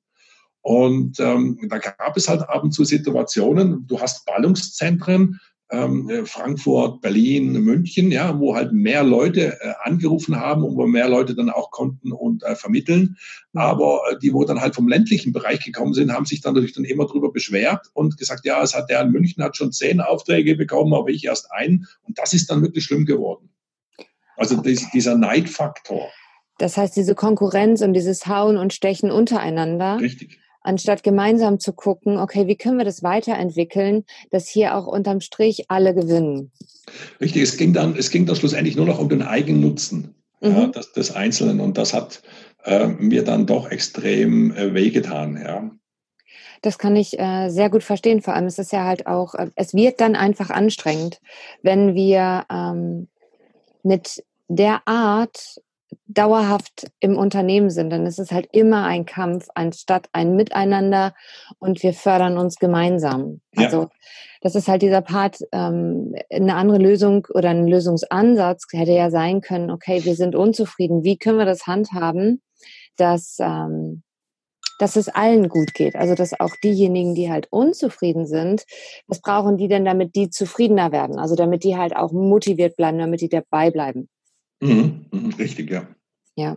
Und ähm, da gab es halt ab und zu Situationen, du hast Ballungszentren, ähm, Frankfurt, Berlin, München, ja, wo halt mehr Leute äh, angerufen haben und wo mehr Leute dann auch konnten und äh, vermitteln. Aber äh, die, wo dann halt vom ländlichen Bereich gekommen sind, haben sich dann natürlich dann immer drüber beschwert und gesagt, ja, es hat der in München hat schon zehn Aufträge bekommen, aber ich erst einen. Und das ist dann wirklich schlimm geworden. Also okay. dies, dieser Neidfaktor. Das heißt, diese Konkurrenz und dieses Hauen und Stechen untereinander. Richtig. Anstatt gemeinsam zu gucken, okay, wie können wir das weiterentwickeln, dass hier auch unterm Strich alle gewinnen. Richtig, es ging dann, es ging dann schlussendlich nur noch um den Eigennutzen mhm. ja, des, des Einzelnen und das hat äh, mir dann doch extrem äh, wehgetan, ja. Das kann ich äh, sehr gut verstehen. Vor allem ist es ja halt auch, äh, es wird dann einfach anstrengend, wenn wir ähm, mit der Art dauerhaft im Unternehmen sind, dann ist es halt immer ein Kampf anstatt ein Miteinander und wir fördern uns gemeinsam. Ja. Also das ist halt dieser Part, ähm, eine andere Lösung oder ein Lösungsansatz hätte ja sein können, okay, wir sind unzufrieden, wie können wir das handhaben, dass, ähm, dass es allen gut geht. Also dass auch diejenigen, die halt unzufrieden sind, was brauchen die denn, damit die zufriedener werden? Also damit die halt auch motiviert bleiben, damit die dabei bleiben. Mhm. Mhm. Richtig, ja. Ja.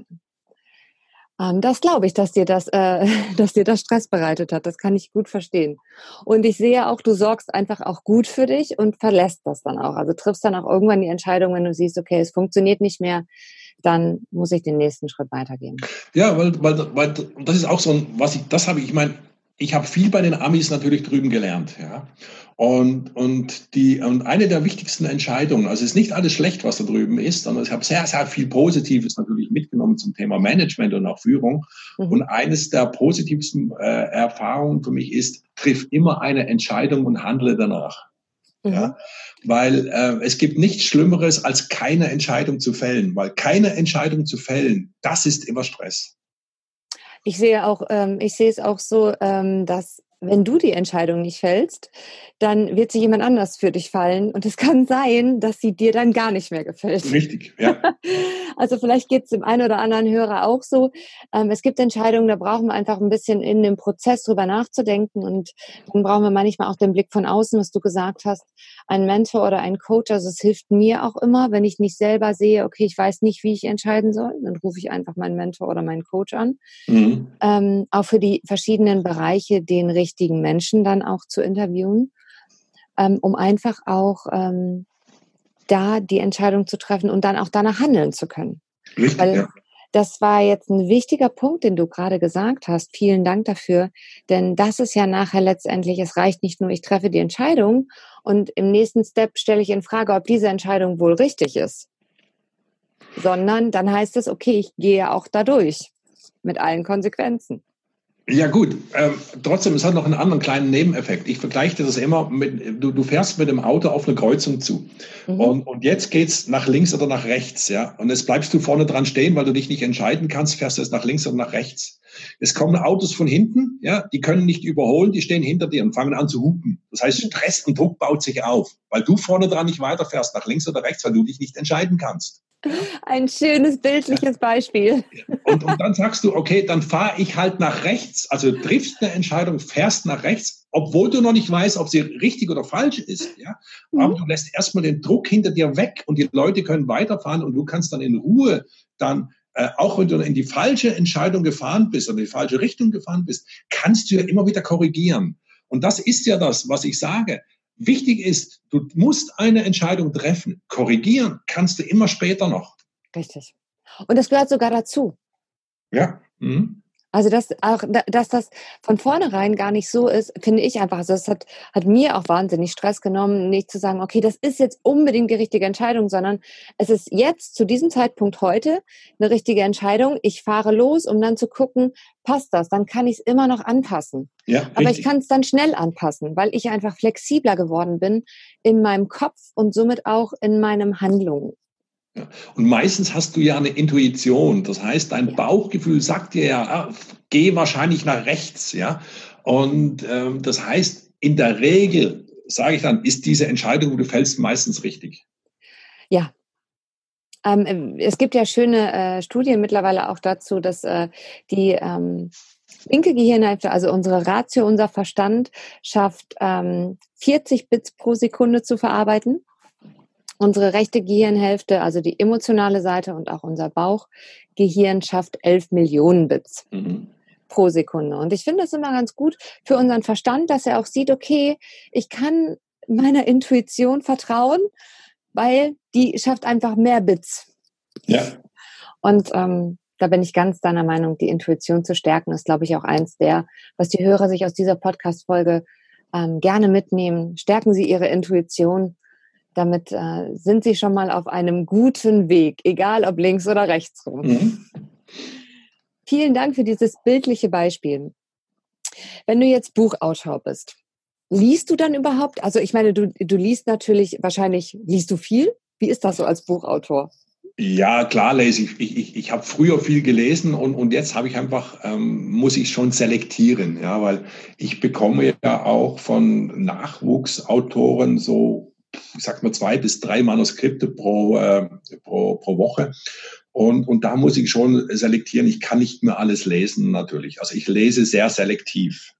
Ähm, das glaube ich, dass dir das, äh, dass dir das Stress bereitet hat. Das kann ich gut verstehen. Und ich sehe auch, du sorgst einfach auch gut für dich und verlässt das dann auch. Also triffst dann auch irgendwann die Entscheidung, wenn du siehst, okay, es funktioniert nicht mehr, dann muss ich den nächsten Schritt weitergehen. Ja, weil, weil, weil das ist auch so ein, was ich, das habe ich, ich meine, ich habe viel bei den Amis natürlich drüben gelernt, ja. Und, und die, und eine der wichtigsten Entscheidungen, also es ist nicht alles schlecht, was da drüben ist, sondern ich habe sehr, sehr viel Positives natürlich mitgenommen zum Thema Management und auch Führung. Mhm. Und eines der positivsten äh, Erfahrungen für mich ist, triff immer eine Entscheidung und handle danach. Mhm. Ja, weil äh, es gibt nichts Schlimmeres, als keine Entscheidung zu fällen, weil keine Entscheidung zu fällen, das ist immer Stress. Ich sehe auch, ähm, ich sehe es auch so, ähm, dass wenn du die Entscheidung nicht fällst, dann wird sie jemand anders für dich fallen. Und es kann sein, dass sie dir dann gar nicht mehr gefällt. Richtig, ja. Also vielleicht geht es dem einen oder anderen Hörer auch so. Ähm, es gibt Entscheidungen, da brauchen wir einfach ein bisschen in dem Prozess drüber nachzudenken. Und dann brauchen wir manchmal auch den Blick von außen, was du gesagt hast, ein Mentor oder ein Coach. Also es hilft mir auch immer, wenn ich nicht selber sehe, okay, ich weiß nicht, wie ich entscheiden soll, dann rufe ich einfach meinen Mentor oder meinen Coach an. Mhm. Ähm, auch für die verschiedenen Bereiche den richtigen Menschen dann auch zu interviewen, ähm, um einfach auch ähm, da die Entscheidung zu treffen und dann auch danach handeln zu können. Richtig, Weil ja. Das war jetzt ein wichtiger Punkt, den du gerade gesagt hast. Vielen Dank dafür. Denn das ist ja nachher letztendlich, es reicht nicht nur, ich treffe die Entscheidung und im nächsten Step stelle ich in Frage, ob diese Entscheidung wohl richtig ist. Sondern dann heißt es, okay, ich gehe auch da durch mit allen Konsequenzen. Ja gut, ähm, trotzdem, es hat noch einen anderen kleinen Nebeneffekt. Ich vergleiche das immer mit, du, du fährst mit dem Auto auf eine Kreuzung zu mhm. und, und jetzt geht's nach links oder nach rechts, ja. Und jetzt bleibst du vorne dran stehen, weil du dich nicht entscheiden kannst, fährst du jetzt nach links oder nach rechts. Es kommen Autos von hinten, ja, die können nicht überholen, die stehen hinter dir und fangen an zu hupen. Das heißt, Stress und Druck baut sich auf, weil du vorne dran nicht weiterfährst, nach links oder rechts, weil du dich nicht entscheiden kannst. Ja. Ein schönes bildliches Beispiel. Und, und dann sagst du, okay, dann fahre ich halt nach rechts, also triffst eine Entscheidung, fährst nach rechts, obwohl du noch nicht weißt, ob sie richtig oder falsch ist. Ja? Aber mhm. du lässt erstmal den Druck hinter dir weg und die Leute können weiterfahren und du kannst dann in Ruhe dann, äh, auch wenn du in die falsche Entscheidung gefahren bist oder in die falsche Richtung gefahren bist, kannst du ja immer wieder korrigieren. Und das ist ja das, was ich sage. Wichtig ist, du musst eine Entscheidung treffen. Korrigieren kannst du immer später noch. Richtig. Und das gehört sogar dazu. Ja. Mhm. Also dass auch, dass das von vornherein gar nicht so ist, finde ich einfach. Also es hat, hat mir auch wahnsinnig Stress genommen, nicht zu sagen, okay, das ist jetzt unbedingt die richtige Entscheidung, sondern es ist jetzt zu diesem Zeitpunkt heute eine richtige Entscheidung. Ich fahre los, um dann zu gucken, passt das? Dann kann ich es immer noch anpassen. Ja, aber ich kann es dann schnell anpassen, weil ich einfach flexibler geworden bin in meinem Kopf und somit auch in meinem Handlungen. Ja. Und meistens hast du ja eine Intuition. Das heißt, dein Bauchgefühl sagt dir ja, ah, geh wahrscheinlich nach rechts, ja. Und ähm, das heißt, in der Regel, sage ich dann, ist diese Entscheidung, die du fällst, meistens richtig. Ja. Ähm, es gibt ja schöne äh, Studien mittlerweile auch dazu, dass äh, die ähm, linke Gehirnhälfte, also unsere Ratio, unser Verstand, schafft ähm, vierzig Bits pro Sekunde zu verarbeiten. Unsere rechte Gehirnhälfte, also die emotionale Seite und auch unser Bauchgehirn schafft elf Millionen Bits mhm. pro Sekunde. Und ich finde das immer ganz gut für unseren Verstand, dass er auch sieht, okay, ich kann meiner Intuition vertrauen, weil die schafft einfach mehr Bits. Ja. Und ähm, da bin ich ganz deiner Meinung, die Intuition zu stärken, ist, glaube ich, auch eins der, was die Hörer sich aus dieser Podcast-Folge ähm, gerne mitnehmen. Stärken Sie Ihre Intuition. Damit äh, sind Sie schon mal auf einem guten Weg, egal ob links oder rechts rum. Mhm. Vielen Dank für dieses bildliche Beispiel. Wenn du jetzt Buchautor bist, liest du dann überhaupt? Also ich meine, du, du liest natürlich, wahrscheinlich, liest du viel? Wie ist das so als Buchautor? Ja, klar lese ich. Ich, ich, ich habe früher viel gelesen und, und jetzt habe ich einfach, ähm, muss ich schon selektieren, ja, weil ich bekomme ja auch von Nachwuchsautoren so, ich sag mal, zwei bis drei Manuskripte pro, äh, pro, pro Woche. Und, und da muss ich schon selektieren. Ich kann nicht mehr alles lesen, natürlich. Also ich lese sehr selektiv.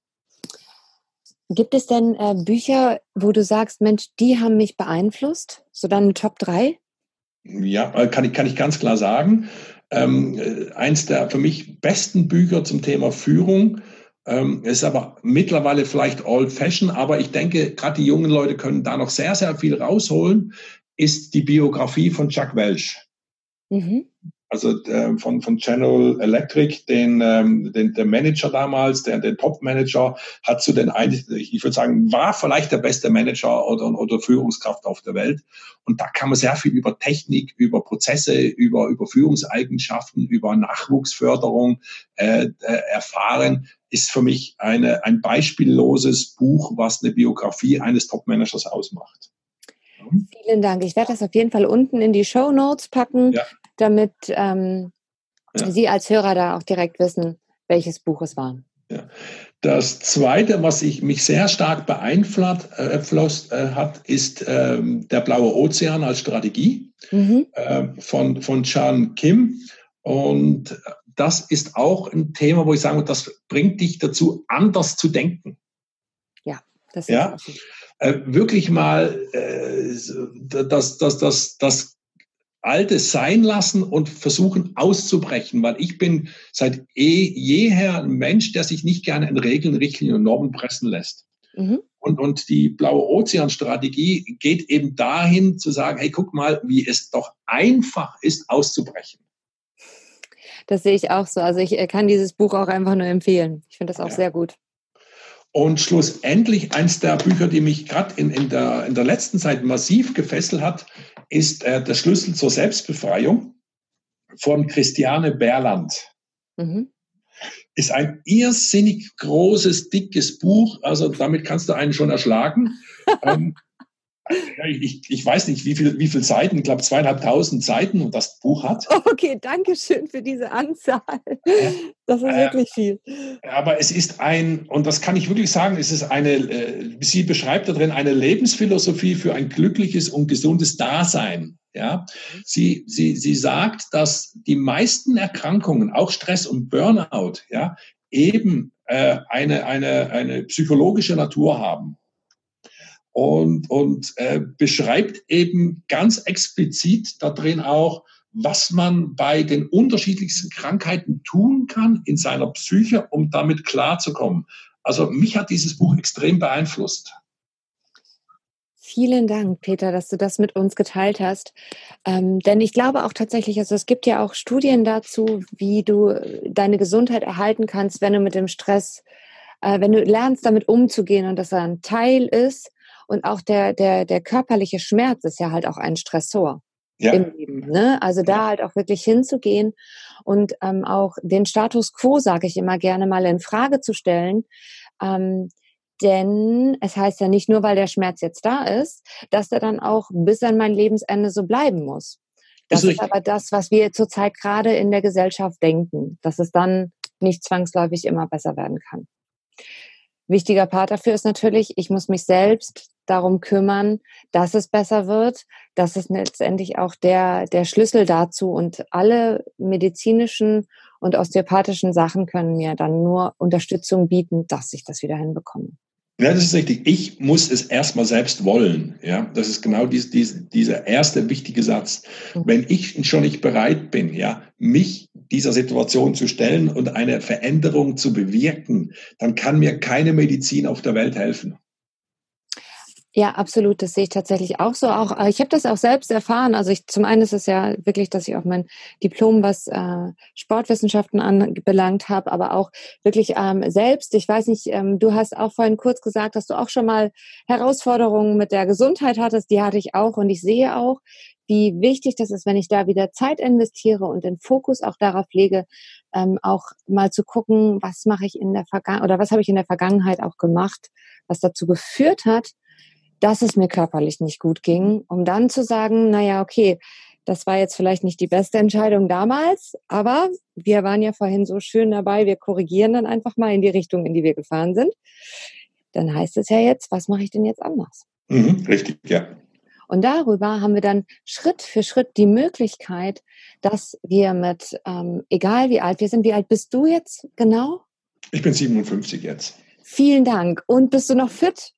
Gibt es denn äh, Bücher, wo du sagst, Mensch, die haben mich beeinflusst? So dann Top drei? Ja, kann ich, kann ich ganz klar sagen. Ähm, eins der für mich besten Bücher zum Thema Führung ähm, ist aber mittlerweile vielleicht old-fashioned, aber ich denke, gerade die jungen Leute können da noch sehr, sehr viel rausholen, ist die Biografie von Jack Welch. Mhm. Also äh, von, von General Electric, den, ähm, den der Manager damals, der, der Top-Manager, hat zu den, ich würde sagen, war vielleicht der beste Manager oder, oder Führungskraft auf der Welt. Und da kann man sehr viel über Technik, über Prozesse, über, über Führungseigenschaften, über Nachwuchsförderung äh, äh, erfahren. Ist für mich eine, ein beispielloses Buch, was eine Biografie eines Top-Managers ausmacht. Vielen Dank. Ich werde das auf jeden Fall unten in die Shownotes packen, Ja. damit ähm, Ja. Sie als Hörer da auch direkt wissen, welches Buch es war. Ja. Das Zweite, was ich mich sehr stark beeinflusst äh, hat, ist ähm, der Blaue Ozean als Strategie Mhm. äh, von, von Chan Kim. Und das ist auch ein Thema, wo ich sagen würde, das bringt dich dazu, anders zu denken. Ja, das ist ja? auch so. Äh, wirklich mal äh, das, das, das, das Altes sein lassen und versuchen auszubrechen, weil ich bin seit eh, jeher ein Mensch, der sich nicht gerne in Regeln, Richtlinien und Normen pressen lässt. Mhm. Und, und die Blaue Ozean-Strategie geht eben dahin zu sagen, hey, guck mal, wie es doch einfach ist, auszubrechen. Das sehe ich auch so. Also ich kann dieses Buch auch einfach nur empfehlen. Ich finde das auch ja. sehr gut. Und schlussendlich eins der Bücher, die mich gerade in, in, der, in der letzten Zeit massiv gefesselt hat, ist äh, Der Schlüssel zur Selbstbefreiung von Christiane Berland. Mhm. Ist ein irrsinnig großes, dickes Buch. Also damit kannst du einen schon erschlagen. ähm, ich, ich weiß nicht, wie viel, wie viel Seiten, ich glaube zweieinhalbtausend Seiten das Buch hat. Okay, danke schön für diese Anzahl. Das ist äh, wirklich viel. Aber es ist ein, und das kann ich wirklich sagen, es ist eine, äh, sie beschreibt da drin eine Lebensphilosophie für ein glückliches und gesundes Dasein. Ja, sie, sie, sie sagt, dass die meisten Erkrankungen, auch Stress und Burnout, ja, eben äh, eine, eine, eine psychologische Natur haben. Und, und äh, beschreibt eben ganz explizit da drin auch, was man bei den unterschiedlichsten Krankheiten tun kann in seiner Psyche, um damit klarzukommen. Also mich hat dieses Buch extrem beeinflusst. Vielen Dank, Peter, dass du das mit uns geteilt hast. Ähm, denn ich glaube auch tatsächlich, also es gibt ja auch Studien dazu, wie du deine Gesundheit erhalten kannst, wenn du mit dem Stress, äh, wenn du lernst, damit umzugehen und dass er ein Teil ist. Und auch der, der, der körperliche Schmerz ist ja halt auch ein Stressor ja. im Leben. Ne? Also da ja. halt auch wirklich hinzugehen und ähm, auch den Status quo, sage ich immer gerne mal, in Frage zu stellen. Ähm, denn es heißt ja nicht nur, weil der Schmerz jetzt da ist, dass er dann auch bis an mein Lebensende so bleiben muss. Das ist, ist aber das, was wir zurzeit gerade in der Gesellschaft denken, dass es dann nicht zwangsläufig immer besser werden kann. Wichtiger Part dafür ist natürlich, ich muss mich selbst darum kümmern, dass es besser wird. Das ist letztendlich auch der, der Schlüssel dazu. Und alle medizinischen und osteopathischen Sachen können mir dann nur Unterstützung bieten, dass ich das wieder hinbekomme. Ja, das ist richtig. Ich muss es erstmal selbst wollen. Ja, das ist genau dies, dies, dieser erste wichtige Satz. Mhm. Wenn ich schon nicht bereit bin, ja, mich dieser Situation zu stellen und eine Veränderung zu bewirken, dann kann mir keine Medizin auf der Welt helfen. Ja, absolut. Das sehe ich tatsächlich auch so. Auch ich habe das auch selbst erfahren. Also ich, zum einen ist es ja wirklich, dass ich auch mein Diplom, was äh, Sportwissenschaften anbelangt habe, aber auch wirklich ähm, selbst. Ich weiß nicht, ähm, du hast auch vorhin kurz gesagt, dass du auch schon mal Herausforderungen mit der Gesundheit hattest. Die hatte ich auch und ich sehe auch, wie wichtig das ist, wenn ich da wieder Zeit investiere und den Fokus auch darauf lege, ähm, auch mal zu gucken, was mache ich in der Vergangenheit oder was habe ich in der Vergangenheit auch gemacht, was dazu geführt hat, dass es mir körperlich nicht gut ging, um dann zu sagen, naja, okay, das war jetzt vielleicht nicht die beste Entscheidung damals, aber wir waren ja vorhin so schön dabei, wir korrigieren dann einfach mal in die Richtung, in die wir gefahren sind. Dann heißt es ja jetzt, was mache ich denn jetzt anders? Mhm, richtig, ja. Und darüber haben wir dann Schritt für Schritt die Möglichkeit, dass wir mit, ähm, egal wie alt wir sind, wie alt bist du jetzt genau? Ich bin siebenundfünfzig jetzt. Vielen Dank. Und bist du noch fit?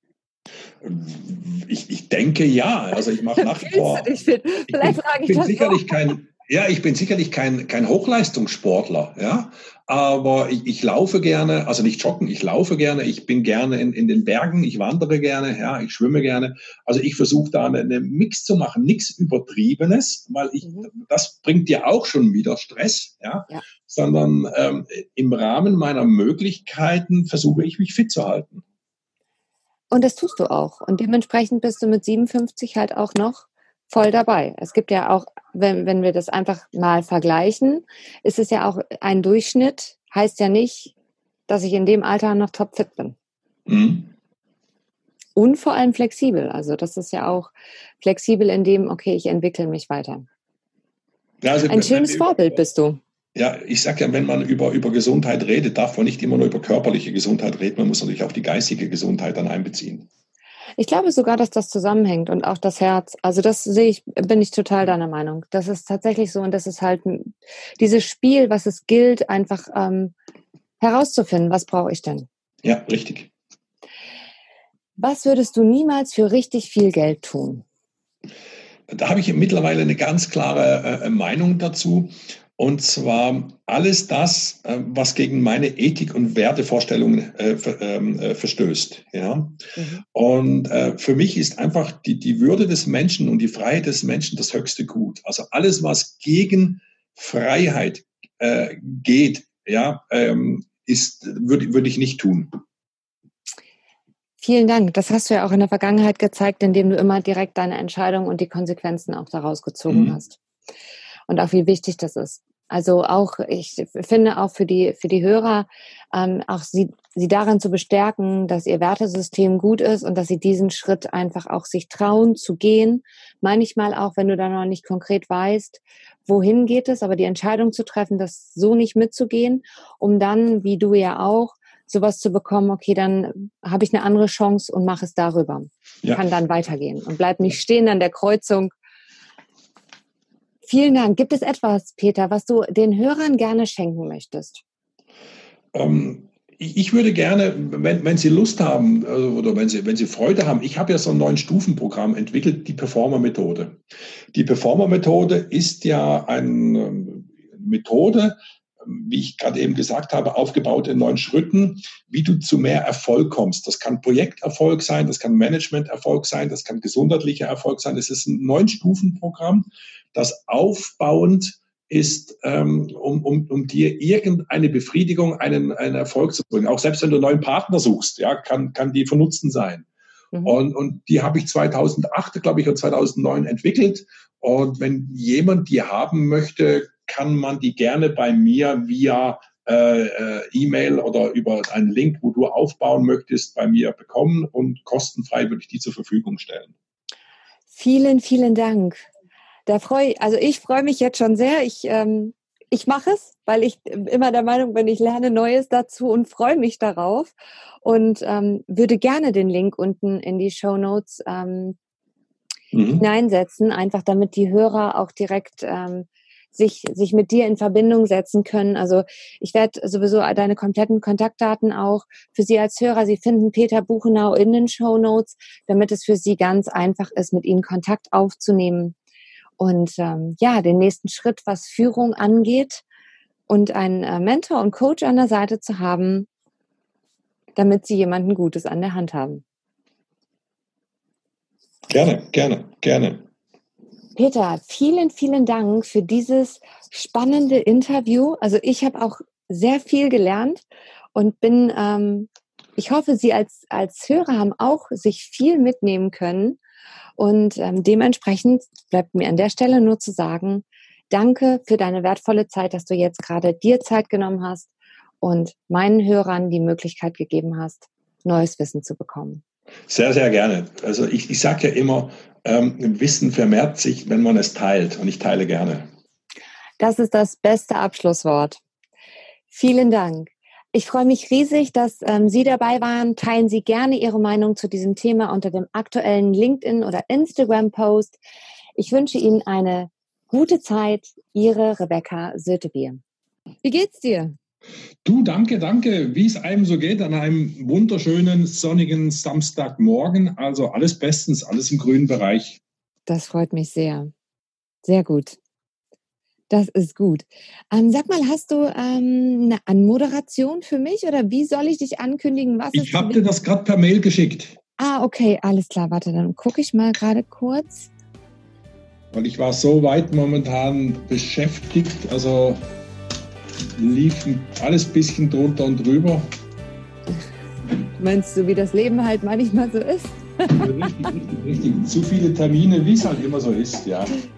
Ich, ich denke ja. Also ich mache nach wie vor. Fühlst du dich fit? Vielleicht frage ich, ich bin das sicherlich so. kein. Ja, ich bin sicherlich kein, kein Hochleistungssportler, ja, aber ich, ich laufe gerne, also nicht joggen, ich laufe gerne, ich bin gerne in, in den Bergen, ich wandere gerne, ja, ich schwimme gerne. Also ich versuche da einen eine Mix zu machen, nichts Übertriebenes, weil ich, mhm. das bringt dir auch schon wieder Stress, ja, ja. sondern ähm, im Rahmen meiner Möglichkeiten versuche ich mich fit zu halten. Und das tust du auch. Und dementsprechend bist du mit siebenundfünfzig halt auch noch voll dabei. Es gibt ja auch, wenn, wenn wir das einfach mal vergleichen, ist es ja auch ein Durchschnitt, heißt ja nicht, dass ich in dem Alter noch topfit bin. Mhm. Und vor allem flexibel. Also das ist ja auch flexibel in dem, okay, ich entwickle mich weiter. Ja, also, ein schönes über, Vorbild bist du. Ja, ich sage ja, wenn man über, über Gesundheit redet, darf man nicht immer nur über körperliche Gesundheit reden, man muss natürlich auch die geistige Gesundheit dann einbeziehen. Ich glaube sogar, dass das zusammenhängt und auch das Herz. Also das sehe ich, bin ich total deiner Meinung. Das ist tatsächlich so und das ist halt dieses Spiel, was es gilt, einfach ähm, herauszufinden, was brauche ich denn? Ja, richtig. Was würdest du niemals für richtig viel Geld tun? Da habe ich mittlerweile eine ganz klare äh, Meinung dazu. Und zwar alles das, was gegen meine Ethik- und Wertevorstellungen äh, äh, verstößt. Ja? Mhm. Und äh, für mich ist einfach die, die Würde des Menschen und die Freiheit des Menschen das höchste Gut. Also alles, was gegen Freiheit äh, geht, ja, ähm, ist, würde, würde ich nicht tun. Vielen Dank. Das hast du ja auch in der Vergangenheit gezeigt, indem du immer direkt deine Entscheidung und die Konsequenzen auch daraus gezogen mhm. hast. Und auch wie wichtig das ist. Also auch, ich finde auch für die, für die Hörer, ähm, auch sie, sie daran zu bestärken, dass ihr Wertesystem gut ist und dass sie diesen Schritt einfach auch sich trauen zu gehen. Manchmal auch, wenn du da noch nicht konkret weißt, wohin geht es, aber die Entscheidung zu treffen, das so nicht mitzugehen, um dann, wie du ja auch, sowas zu bekommen, okay, dann habe ich eine andere Chance und mache es darüber. Ja. Kann dann weitergehen und bleib nicht stehen an der Kreuzung. Vielen Dank. Gibt es etwas, Peter, was du den Hörern gerne schenken möchtest? Ähm, ich würde gerne, wenn, wenn Sie Lust haben oder wenn Sie, wenn Sie Freude haben, ich habe ja so ein neun Stufenprogramm entwickelt, die Performer-Methode. Die Performer-Methode ist ja eine Methode, wie ich gerade eben gesagt habe, aufgebaut in neun Schritten, wie du zu mehr Erfolg kommst. Das kann Projekterfolg sein, das kann Managementerfolg sein, das kann gesundheitlicher Erfolg sein. Es ist ein neun-Stufen-Programm, das aufbauend ist, ähm, um, um, um dir irgendeine Befriedigung, einen, einen Erfolg zu bringen. Auch selbst wenn du einen neuen Partner suchst, ja, kann, kann die von Nutzen sein. Mhm. Und, und die habe ich zweitausendacht, glaube ich, und zweitausendneun entwickelt. Und wenn jemand die haben möchte, kann man die gerne bei mir via äh, E-Mail oder über einen Link, wo du aufbauen möchtest, bei mir bekommen und kostenfrei würde ich die zur Verfügung stellen. Vielen, vielen Dank. Da freue also ich freue mich jetzt schon sehr. Ich, ähm, ich mache es, weil ich immer der Meinung bin, ich lerne Neues dazu und freue mich darauf und ähm, würde gerne den Link unten in die Shownotes ähm, mhm. hineinsetzen, einfach damit die Hörer auch direkt ähm, sich, sich mit dir in Verbindung setzen können. Also ich werde sowieso deine kompletten Kontaktdaten auch für Sie als Hörer, Sie finden Peter Buchenau in den Shownotes, damit es für Sie ganz einfach ist, mit Ihnen Kontakt aufzunehmen. Und ähm, ja, den nächsten Schritt, was Führung angeht und einen äh, Mentor und Coach an der Seite zu haben, damit Sie jemanden Gutes an der Hand haben. Gerne, gerne, gerne. Peter, vielen, vielen Dank für dieses spannende Interview. Also ich habe auch sehr viel gelernt und bin, ähm, ich hoffe, Sie als, als Hörer haben auch sich viel mitnehmen können. Und ähm, dementsprechend bleibt mir an der Stelle nur zu sagen, danke für deine wertvolle Zeit, dass du jetzt gerade dir Zeit genommen hast und meinen Hörern die Möglichkeit gegeben hast, neues Wissen zu bekommen. Sehr, sehr gerne. Also ich, ich sage ja immer, ähm, Wissen vermehrt sich, wenn man es teilt und ich teile gerne. Das ist das beste Abschlusswort. Vielen Dank. Ich freue mich riesig, dass ähm, Sie dabei waren. Teilen Sie gerne Ihre Meinung zu diesem Thema unter dem aktuellen LinkedIn- oder Instagram-Post. Ich wünsche Ihnen eine gute Zeit. Ihre Rebecca Sötebier. Wie geht's dir? Du, danke, danke. Wie es einem so geht an einem wunderschönen, sonnigen Samstagmorgen. Also alles bestens, alles im grünen Bereich. Das freut mich sehr. Sehr gut. Das ist gut. Ähm, sag mal, hast du ähm, eine Anmoderation für mich oder wie soll ich dich ankündigen? Was Ich habe dir das gerade per Mail geschickt. Ah, okay, alles klar. Warte, dann gucke ich mal gerade kurz. Weil ich war so weit momentan beschäftigt, also lief alles ein bisschen drunter und drüber. Meinst du, wie das Leben halt manchmal so ist? Richtig, richtig, richtig. Zu viele Termine, wie es halt immer so ist, ja.